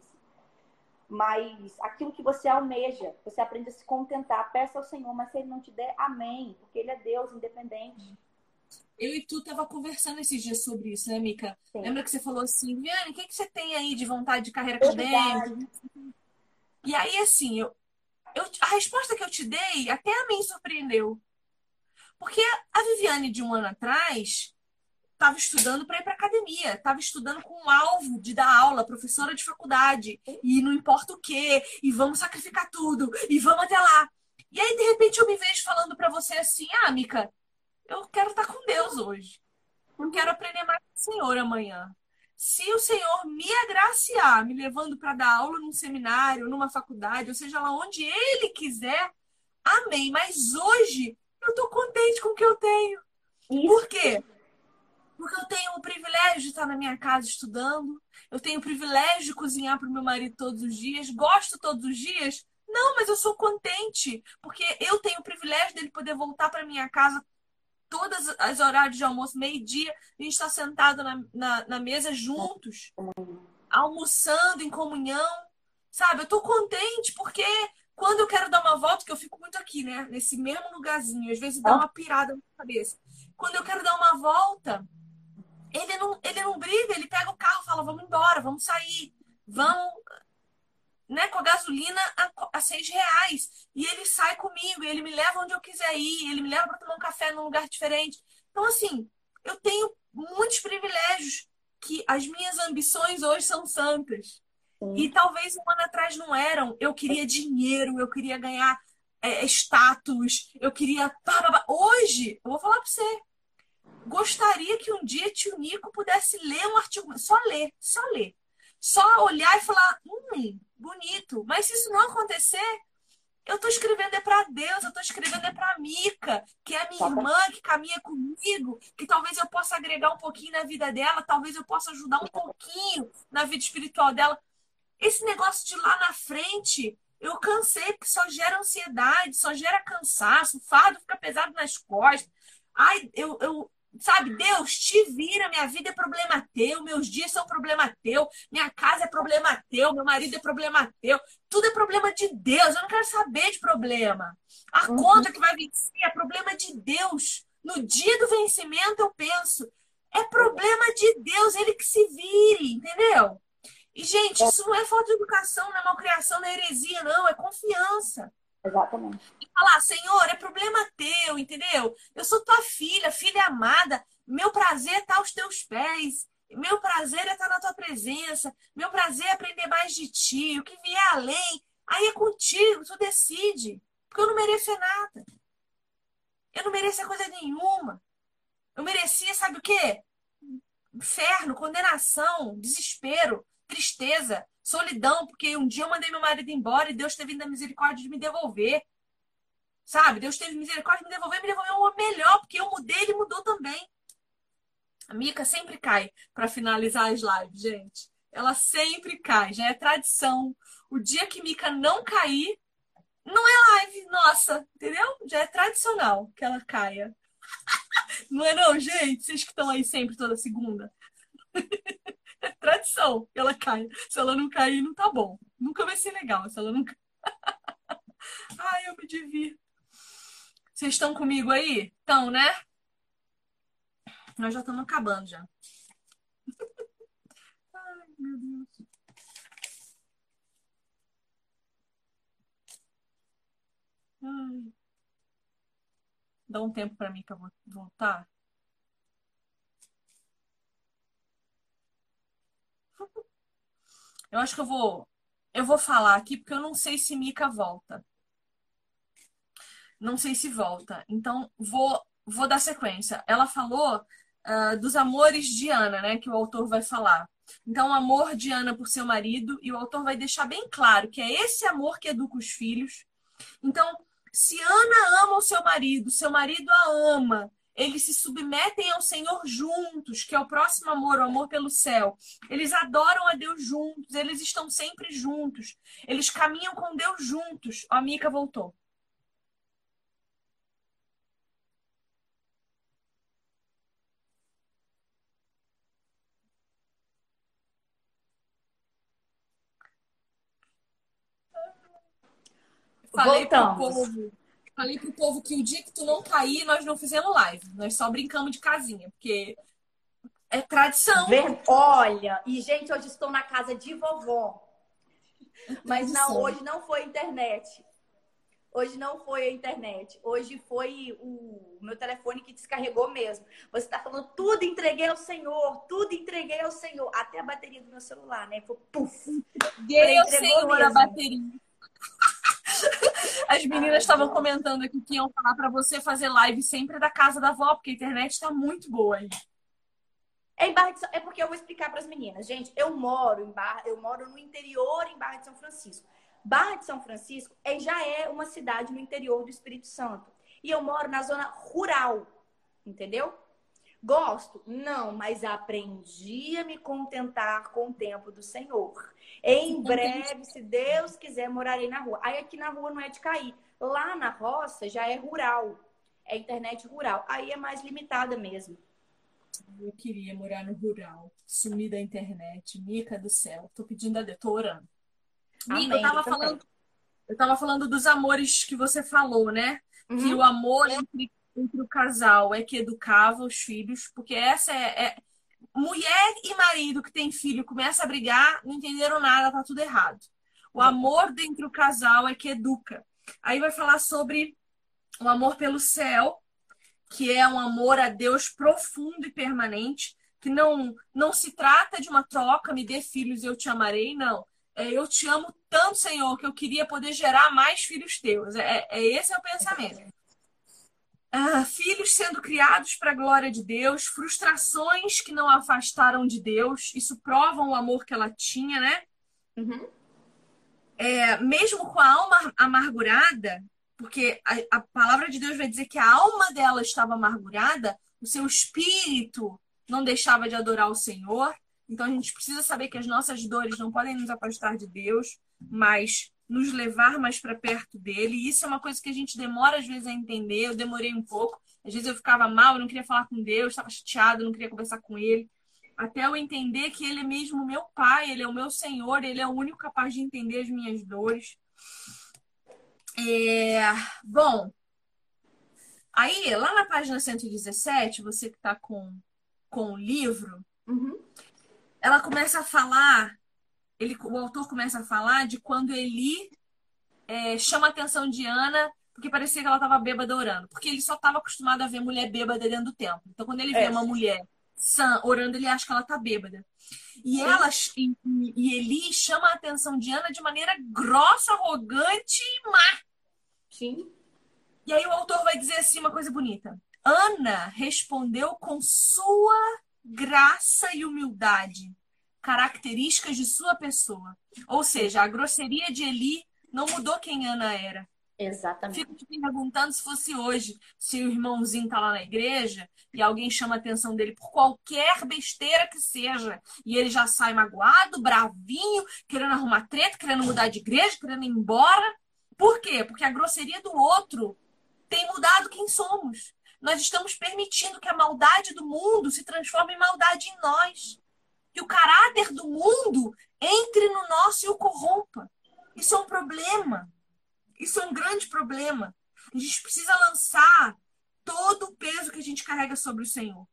Mas aquilo que você almeja, você aprende a se contentar. Peça ao Senhor, mas se Ele não te der, amém. Porque Ele é Deus independente. Eu e tu tava conversando esses dias sobre isso, né, Mica? Sim. Lembra que você falou assim, Viane, o que, que você tem aí de vontade de carreira acadêmica? Verdade. E aí, assim, eu, eu, a resposta que eu te dei até a mim surpreendeu. Porque a Viviane de um ano atrás estava estudando para ir para academia, estava estudando com o alvo de dar aula, professora de faculdade, e não importa o quê, e vamos sacrificar tudo, e vamos até lá. E aí, de repente, eu me vejo falando para você assim, ah, Mica, eu quero estar com Deus hoje. Eu quero aprender mais com o Senhor amanhã. Se o Senhor me agraciar, me levando para dar aula num seminário, numa faculdade, ou seja lá onde Ele quiser, amém. Mas hoje eu estou contente com o que eu tenho. Por Isso. quê? Porque eu tenho o privilégio de estar na minha casa estudando, eu tenho o privilégio de cozinhar para o meu marido todos os dias, gosto todos os dias. Não, mas eu sou contente, porque eu tenho o privilégio dele poder voltar para minha casa todas as horários de almoço, meio-dia, a gente está sentado na, na, na mesa juntos, almoçando em comunhão, sabe? Eu tô contente porque Quando eu quero dar uma volta, que eu fico muito aqui, né? Nesse mesmo lugarzinho, às vezes dá uma pirada na cabeça. Quando eu quero dar uma volta, ele não, ele não briga, ele pega o carro e fala, vamos embora, vamos sair, vamos, né, com a gasolina a, a seis reais. E ele sai comigo, e ele me leva onde eu quiser ir, ele me leva para tomar um café num lugar diferente. Então, assim, eu tenho muitos privilégios que as minhas ambições hoje são santas. Sim. E talvez um ano atrás não eram. Eu queria dinheiro, eu queria ganhar é, status, eu queria... pá, pá, pá. Hoje, eu vou falar para você, gostaria que um dia tio Nico pudesse ler um artigo, só ler, só ler. Só olhar e falar, hum, bonito. Mas se isso não acontecer, eu tô escrevendo é para Deus, eu tô escrevendo é para Mica, que é minha irmã, que caminha comigo, que talvez eu possa agregar um pouquinho na vida dela, talvez eu possa ajudar um pouquinho na vida espiritual dela. Esse negócio de lá na frente, eu cansei, porque só gera ansiedade, só gera cansaço, o fardo fica pesado nas costas. Ai, eu, eu, sabe, Deus, te vira, minha vida é problema teu, meus dias são problema teu, minha casa é problema teu, meu marido é problema teu, tudo é problema de Deus, eu não quero saber de problema. A Uhum. conta que vai vencer é problema de Deus. No dia do vencimento eu penso, é problema de Deus, ele que se vire, entendeu? E, gente, isso não é falta de educação, não é malcriação, não é heresia, não, é confiança. Exatamente. E falar, Senhor, é problema teu, entendeu? Eu sou tua filha, filha amada, meu prazer é estar aos teus pés, meu prazer é estar na tua presença, meu prazer é aprender mais de ti, o que vier além, aí é contigo, tu decide, porque eu não mereço é nada. Eu não mereço coisa nenhuma. Eu merecia, sabe o quê? Inferno, condenação, desespero, tristeza, solidão, porque um dia eu mandei meu marido embora e Deus teve a misericórdia de me devolver. Sabe? Deus teve misericórdia de me devolver, me devolveu o melhor, porque eu mudei, ele mudou também. A Mica sempre cai para finalizar as lives, gente. Ela sempre cai, já é tradição. O dia que Mica não cair, não é live, nossa, entendeu? Já é tradicional que ela caia. Não é não, gente? Vocês que estão aí sempre toda segunda. É tradição que ela caia. Se ela não cair, não tá bom. Nunca vai ser legal se ela não cair. Ai, eu me divirto. Vocês estão comigo aí? Estão, né? Nós já estamos acabando já. Ai, meu Deus. Ai. Dá um tempo para mim que eu vou voltar. Eu acho que eu vou eu vou falar aqui porque eu não sei se Mica volta. Não sei se volta. Então vou vou dar sequência. Ela falou uh, dos amores de Ana, né, que o autor vai falar. Então, o amor de Ana por seu marido, e o autor vai deixar bem claro que é esse amor que educa os filhos. Então, se Ana ama o seu marido, seu marido a ama, eles se submetem ao Senhor juntos, que é o próximo amor, o amor pelo céu. Eles adoram a Deus juntos, eles estão sempre juntos. Eles caminham com Deus juntos. A Mica voltou. Falei pro Voltamos. povo, falei pro povo que o dia que tu não cair, nós não fizemos live. Nós só brincamos de casinha, porque é tradição. Ver... Olha, e gente, hoje estou na casa de vovó. É Mas não, tradição. hoje não foi a internet. Hoje não foi a internet. Hoje foi o meu telefone que descarregou mesmo. Você está falando, tudo entreguei ao Senhor, tudo entreguei ao Senhor. Até a bateria do meu celular, né? Foi puf. Entreguei ao Senhor mesmo. a bateria. As meninas estavam comentando aqui que iam falar para você fazer live sempre da casa da avó, porque a internet está muito boa aí. É, em Barra de São... é porque eu vou explicar para as meninas. Gente, eu moro em Barra, eu moro no interior em Barra de São Francisco. Barra de São Francisco é, já é uma cidade no interior do Espírito Santo. E eu moro na zona rural, entendeu? Gosto? Não, mas aprendi a me contentar com o tempo do Senhor. Em breve, se Deus quiser, morarei na rua. Aí aqui na rua não é de cair. Lá na roça já é rural. É internet rural. Aí é mais limitada mesmo. Eu queria morar no rural, sumir da internet. Mica do céu, tô pedindo a Deus, tô orando. Mica, eu tava falando, Eu estava falando dos amores que você falou, né? Que o Uhum. amor entre, entre o casal é que educava os filhos, porque essa é, é- mulher e marido que tem filho começa a brigar, não entenderam nada, tá tudo errado. O Exatamente. amor dentro do casal é que educa. Aí vai falar sobre o amor pelo céu, que é um amor a Deus profundo e permanente, que não, não se trata de uma troca, me dê filhos e eu te amarei, não. É, eu te amo tanto, Senhor, que eu queria poder gerar mais filhos teus. É, é esse é o pensamento. Ah, filhos sendo criados para a glória de Deus, frustrações que não a afastaram de Deus, isso prova o amor que ela tinha, né? Uhum. É, mesmo com a alma amargurada, porque a, a palavra de Deus vai dizer que a alma dela estava amargurada, o seu espírito não deixava de adorar o Senhor. Então a gente precisa saber que as nossas dores não podem nos afastar de Deus, mas nos levar mais para perto dele. E isso é uma coisa que a gente demora às vezes a entender. Eu demorei um pouco. Às vezes eu ficava mal, eu não queria falar com Deus, estava chateada, não queria conversar com ele. Até eu entender que ele é mesmo meu pai, ele é o meu Senhor, ele é o único capaz de entender as minhas dores. É... Bom, aí lá na página cento e dezessete, você que está com, com o livro, Uhum. ela começa a falar, ele, o autor começa a falar de quando Eli é, chama a atenção de Ana, porque parecia que ela estava bêbada orando. Porque ele só estava acostumado a ver mulher bêbada dentro do templo. Então, quando ele vê É, uma mulher sã orando, ele acha que ela está bêbada. E sim, ela e, e Eli chama a atenção de Ana de maneira grossa, arrogante e má. sim. E aí o autor vai dizer assim uma coisa bonita. Ana respondeu com sua graça e humildade, características de sua pessoa. Ou seja, a grosseria de Eli não mudou quem Ana era. Fico Exatamente. te perguntando se fosse hoje, se o irmãozinho tá lá na igreja e alguém chama a atenção dele por qualquer besteira que seja, e ele já sai magoado, bravinho, querendo arrumar treta, querendo mudar de igreja, querendo ir embora. Por quê? Porque a grosseria do outro tem mudado quem somos. Nós estamos permitindo que a maldade do mundo se transforme em maldade em nós. Que o caráter do mundo entre no nosso e o corrompa. Isso é um problema. Isso é um grande problema. A gente precisa lançar todo o peso que a gente carrega sobre o Senhor.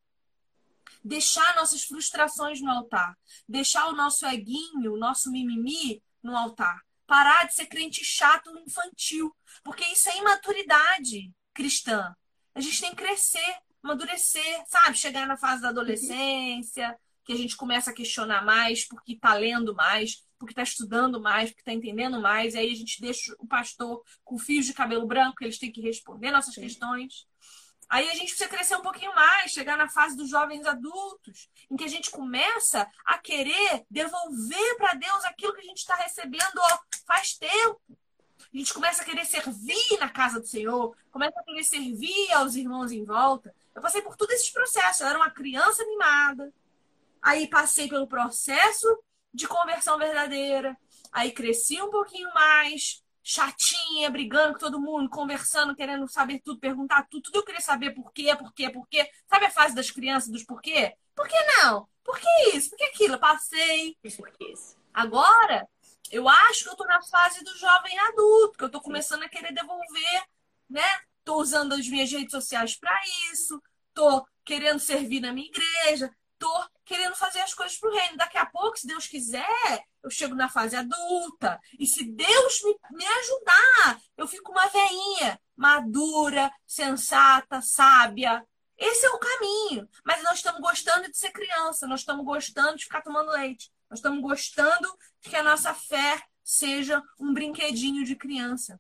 Deixar nossas frustrações no altar. Deixar o nosso eguinho, o nosso mimimi no altar. Parar de ser crente chato infantil. Porque isso é imaturidade cristã. A gente tem que crescer, amadurecer, sabe? Chegar na fase da adolescência, que a gente começa a questionar mais porque está lendo mais, porque está estudando mais, porque está entendendo mais. E aí a gente deixa o pastor com fios de cabelo branco, eles têm que responder nossas Sim. questões. Aí a gente precisa crescer um pouquinho mais, chegar na fase dos jovens adultos, em que a gente começa a querer devolver para Deus aquilo que a gente está recebendo ó, faz tempo. A gente começa a querer servir na casa do Senhor, começa a querer servir aos irmãos em volta. Eu passei por todos esses processos. Eu era uma criança mimada. Aí passei pelo processo de conversão verdadeira. Aí cresci um pouquinho mais, chatinha, brigando com todo mundo, conversando, querendo saber tudo, perguntar tudo. Tudo eu queria saber por quê, por quê, por quê. Sabe a fase das crianças dos porquê? Por que não? Por que isso? Por que aquilo? Eu passei. Isso porque isso. Agora, eu acho que eu tô na fase do jovem adulto, que eu tô Sim. começando a querer devolver, né? Tô usando as minhas redes sociais para isso, tô querendo servir na minha igreja, tô querendo fazer as coisas pro reino. Daqui a pouco, se Deus quiser, eu chego na fase adulta. E se Deus me, me ajudar, eu fico uma veinha madura, sensata, sábia. Esse é o caminho. Mas nós estamos gostando de ser criança, nós estamos gostando de ficar tomando leite. Nós estamos gostando de que a nossa fé seja um brinquedinho de criança.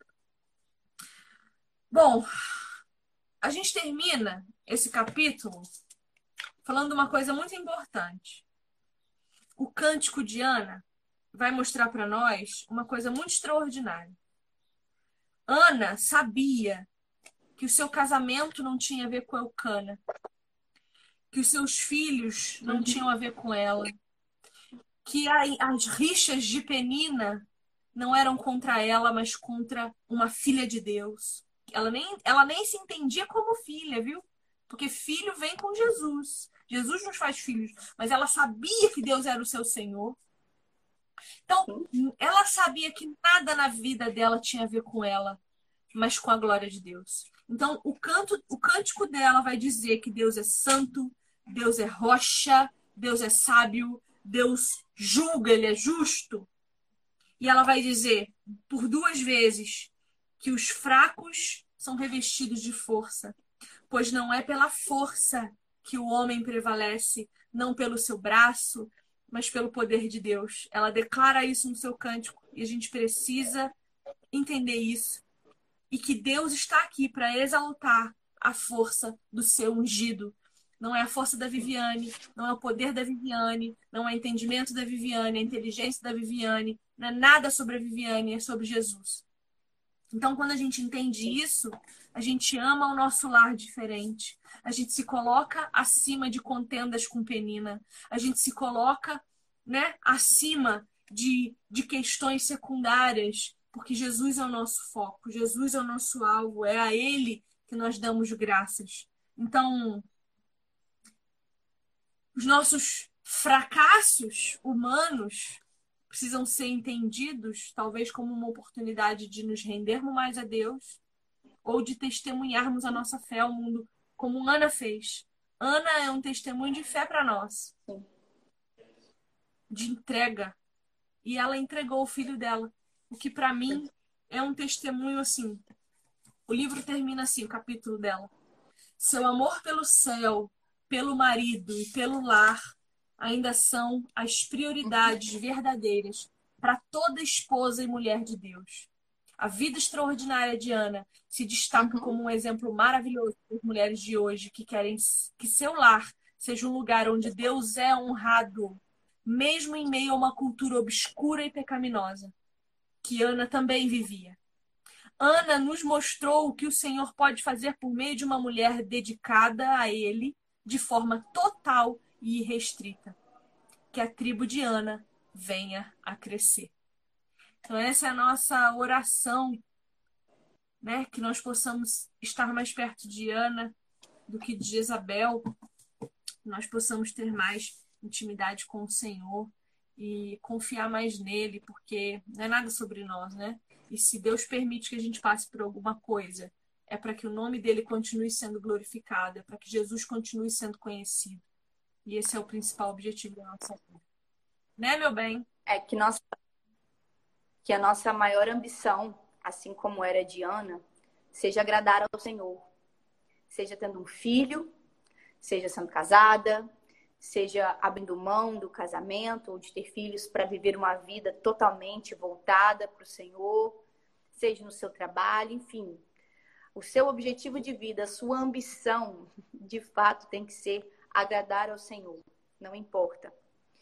Bom, a gente termina esse capítulo falando uma coisa muito importante. O Cântico de Ana vai mostrar para nós uma coisa muito extraordinária. Ana sabia que o seu casamento não tinha a ver com Elcana, que os seus filhos não Uhum. tinham a ver com ela, que as rixas de Penina não eram contra ela, mas contra uma filha de Deus. Ela nem, ela nem se entendia como filha, viu? Porque filho vem com Jesus. Jesus nos faz filhos. Mas ela sabia que Deus era o seu Senhor. Então, ela sabia que nada na vida dela tinha a ver com ela, mas com a glória de Deus. Então, o canto, o cântico dela vai dizer que Deus é santo, Deus é rocha, Deus é sábio, Deus julga, ele é justo. E ela vai dizer por duas vezes que os fracos são revestidos de força, pois não é pela força que o homem prevalece, não pelo seu braço, mas pelo poder de Deus. Ela declara isso no seu cântico e a gente precisa entender isso. E que Deus está aqui para exaltar a força do seu ungido. Não é a força da Viviane, não é o poder da Viviane, não é o entendimento da Viviane, a inteligência da Viviane, não é nada sobre a Viviane, é sobre Jesus. Então, quando a gente entende isso, a gente ama o nosso lar diferente. A gente se coloca acima de contendas com Penina. A gente se coloca, né, acima de, de questões secundárias, porque Jesus é o nosso foco, Jesus é o nosso alvo, é a Ele que nós damos graças. Então, os nossos fracassos humanos precisam ser entendidos, talvez como uma oportunidade de nos rendermos mais a Deus ou de testemunharmos a nossa fé ao mundo, como Ana fez. Ana é um testemunho de fé para nós, de entrega. E ela entregou o filho dela, o que para mim é um testemunho assim. O livro termina assim, o capítulo dela. Seu amor pelo céu, pelo marido e pelo lar ainda são as prioridades verdadeiras para toda esposa e mulher de Deus. A vida extraordinária de Ana se destaca Uhum. como um exemplo maravilhoso para as mulheres de hoje que querem que seu lar seja um lugar onde Deus é honrado, mesmo em meio a uma cultura obscura e pecaminosa, que Ana também vivia. Ana nos mostrou o que o Senhor pode fazer por meio de uma mulher dedicada a Ele de forma total e irrestrita. Que a tribo de Ana venha a crescer. Então essa é a nossa oração, né? Que nós possamos estar mais perto de Ana do que de Jezabel, que nós possamos ter mais intimidade com o Senhor e confiar mais nele, porque não é nada sobre nós, né? E se Deus permite que a gente passe por alguma coisa, é para que o nome dele continue sendo glorificado, é para que Jesus continue sendo conhecido. E esse é o principal objetivo da nossa vida. Né, meu bem? É que, nós, que a nossa maior ambição, assim como era de Ana, seja agradar ao Senhor. Seja tendo um filho, seja sendo casada, seja abrindo mão do casamento ou de ter filhos para viver uma vida totalmente voltada para o Senhor, seja no seu trabalho, enfim. O seu objetivo de vida, a sua ambição, de fato, tem que ser agradar ao Senhor, não importa.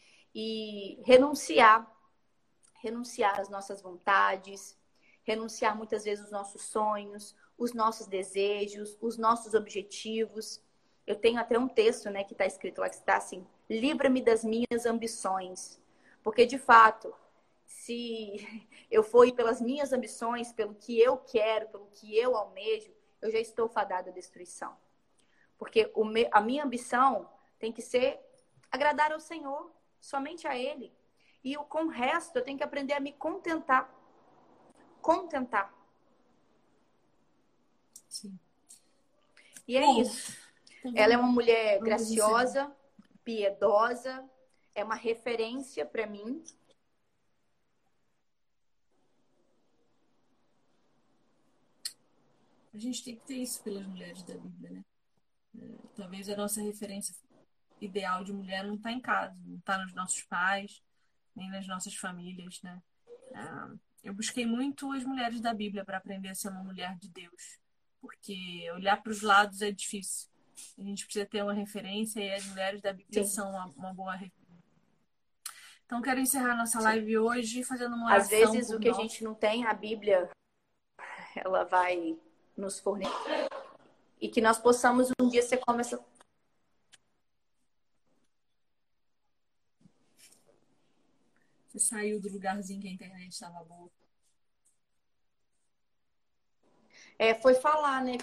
E renunciar, renunciar às nossas vontades, renunciar muitas vezes os nossos sonhos, os nossos desejos, os nossos objetivos. Eu tenho até um texto, né, que está escrito lá, que está assim: livra-me das minhas ambições. Porque, de fato, se eu for ir pelas minhas ambições, pelo que eu quero, pelo que eu almejo, eu já estou fadada à destruição. Porque o me... a minha ambição tem que ser agradar ao Senhor, somente a Ele. E com o resto, eu tenho que aprender a me contentar. Contentar. Sim. E é Bom, isso. então Ela é vamos- uma mulher vamos graciosa, piedosa, é uma referência para mim. A gente tem que ter isso pelas mulheres da Bíblia, né? É, talvez a nossa referência ideal de mulher não está em casa, não está nos nossos pais, nem nas nossas famílias, né? Ah, eu busquei muito as mulheres da Bíblia para aprender a ser uma mulher de Deus, porque olhar para os lados é difícil. A gente precisa ter uma referência e as mulheres da Bíblia Sim. são uma, uma boa referência. Então, quero encerrar nossa Sim. live hoje fazendo uma Às oração vezes, por o que a nós. gente não tem, a Bíblia, ela vai nos fornecer. E que nós possamos um dia ser como essa... Você saiu do lugarzinho que a internet estava boa. É, foi falar, né?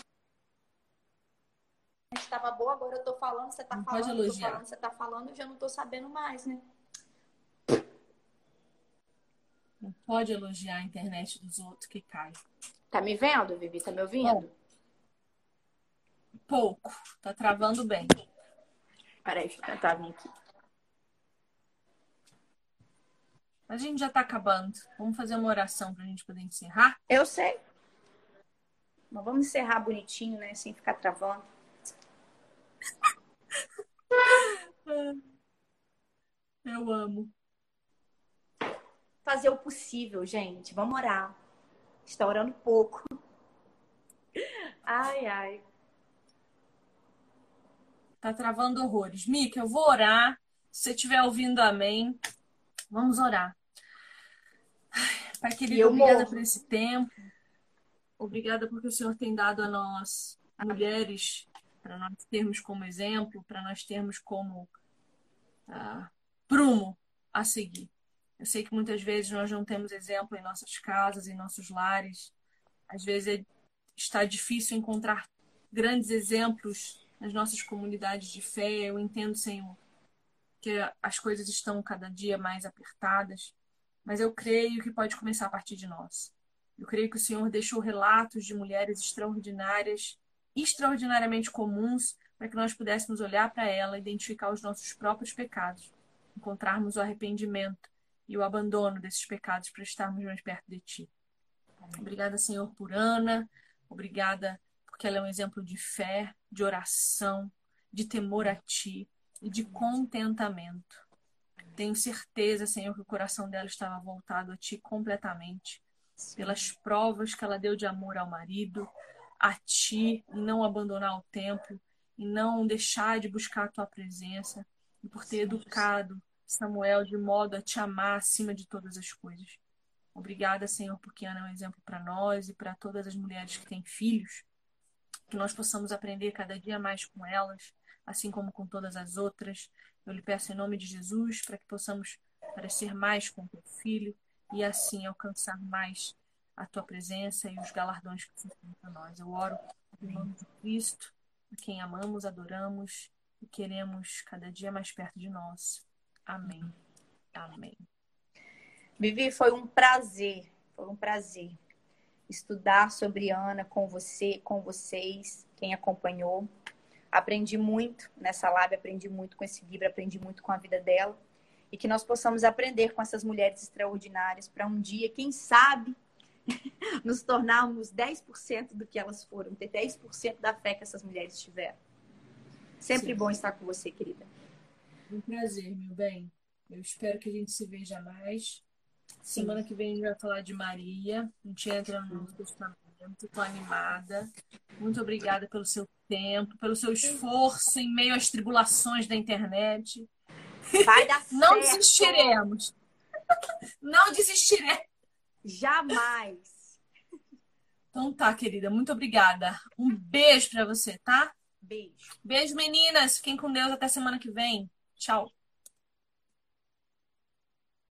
Estava boa, agora eu tô falando, você tá Não pode falando, eu tô elogiar. falando, você tá falando, eu já não tô sabendo mais, né? Não pode elogiar a internet dos outros que cai. Tá me vendo, Vivi? Tá me ouvindo? Pouco. Tá travando bem. Peraí, deixa eu tentar vir aqui. A gente já tá acabando. Vamos fazer uma oração pra gente poder encerrar? Eu sei. Mas vamos encerrar bonitinho, né? Sem ficar travando. Eu amo. Fazer o possível, gente. Vamos orar. Está orando pouco. Ai, ai. Tá travando horrores. Mica, eu vou orar. Se você estiver ouvindo, amém. Vamos orar. Pai querido, obrigada por esse tempo. Obrigada porque o Senhor tem dado a nós, mulheres, para nós termos como exemplo, para nós termos como ah, prumo a seguir. Eu sei que muitas vezes nós não temos exemplo em nossas casas, em nossos lares. Às vezes é, está difícil encontrar grandes exemplos nas nossas comunidades de fé. Eu entendo, Senhor, que as coisas estão cada dia mais apertadas, mas eu creio que pode começar a partir de nós. Eu creio que o Senhor deixou relatos de mulheres extraordinárias, extraordinariamente comuns, para que nós pudéssemos olhar para ela, identificar os nossos próprios pecados, encontrarmos o arrependimento e o abandono desses pecados para estarmos mais perto de Ti. Obrigada, Senhor, por Ana. Obrigada porque ela é um exemplo de fé, de oração, de temor a Ti e de contentamento. Tenho certeza, Senhor, que o coração dela estava voltado a Ti completamente. Pelas provas que ela deu de amor ao marido, a Ti, em não abandonar o templo, em não deixar de buscar a Tua presença, e por ter educado Samuel de modo a Te amar acima de todas as coisas. Obrigada, Senhor, porque Ana é um exemplo para nós e para todas as mulheres que têm filhos, que nós possamos aprender cada dia mais com elas, assim como com todas as outras. Eu lhe peço em nome de Jesus para que possamos parecer mais com o Teu Filho e assim alcançar mais a Tua presença e os galardões que você tem para nós. Eu oro em nome de Cristo, a quem amamos, adoramos e queremos cada dia mais perto de nós. Amém. Amém. Vivi, foi um prazer, foi um prazer estudar sobre Ana com você, com vocês, quem acompanhou. Aprendi muito nessa live, aprendi muito com esse livro, aprendi muito com a vida dela. E que nós possamos aprender com essas mulheres extraordinárias para um dia, quem sabe, nos tornarmos dez por cento do que elas foram, ter dez por cento da fé que essas mulheres tiveram. Sempre Sim. bom estar com você, querida. Um prazer, meu bem. Eu espero que a gente se veja mais. Sim. Semana que vem a gente vai falar de Maria. A gente entra no Novo Testamento. Estou animada. Muito obrigada pelo seu tempo, pelo seu esforço em meio às tribulações da internet. Vai dar certo. Não desistiremos. Não desistiremos. Jamais. Então tá, querida. Muito obrigada. Um beijo pra você, tá? Beijo. Beijo, meninas. Fiquem com Deus até semana que vem. Tchau.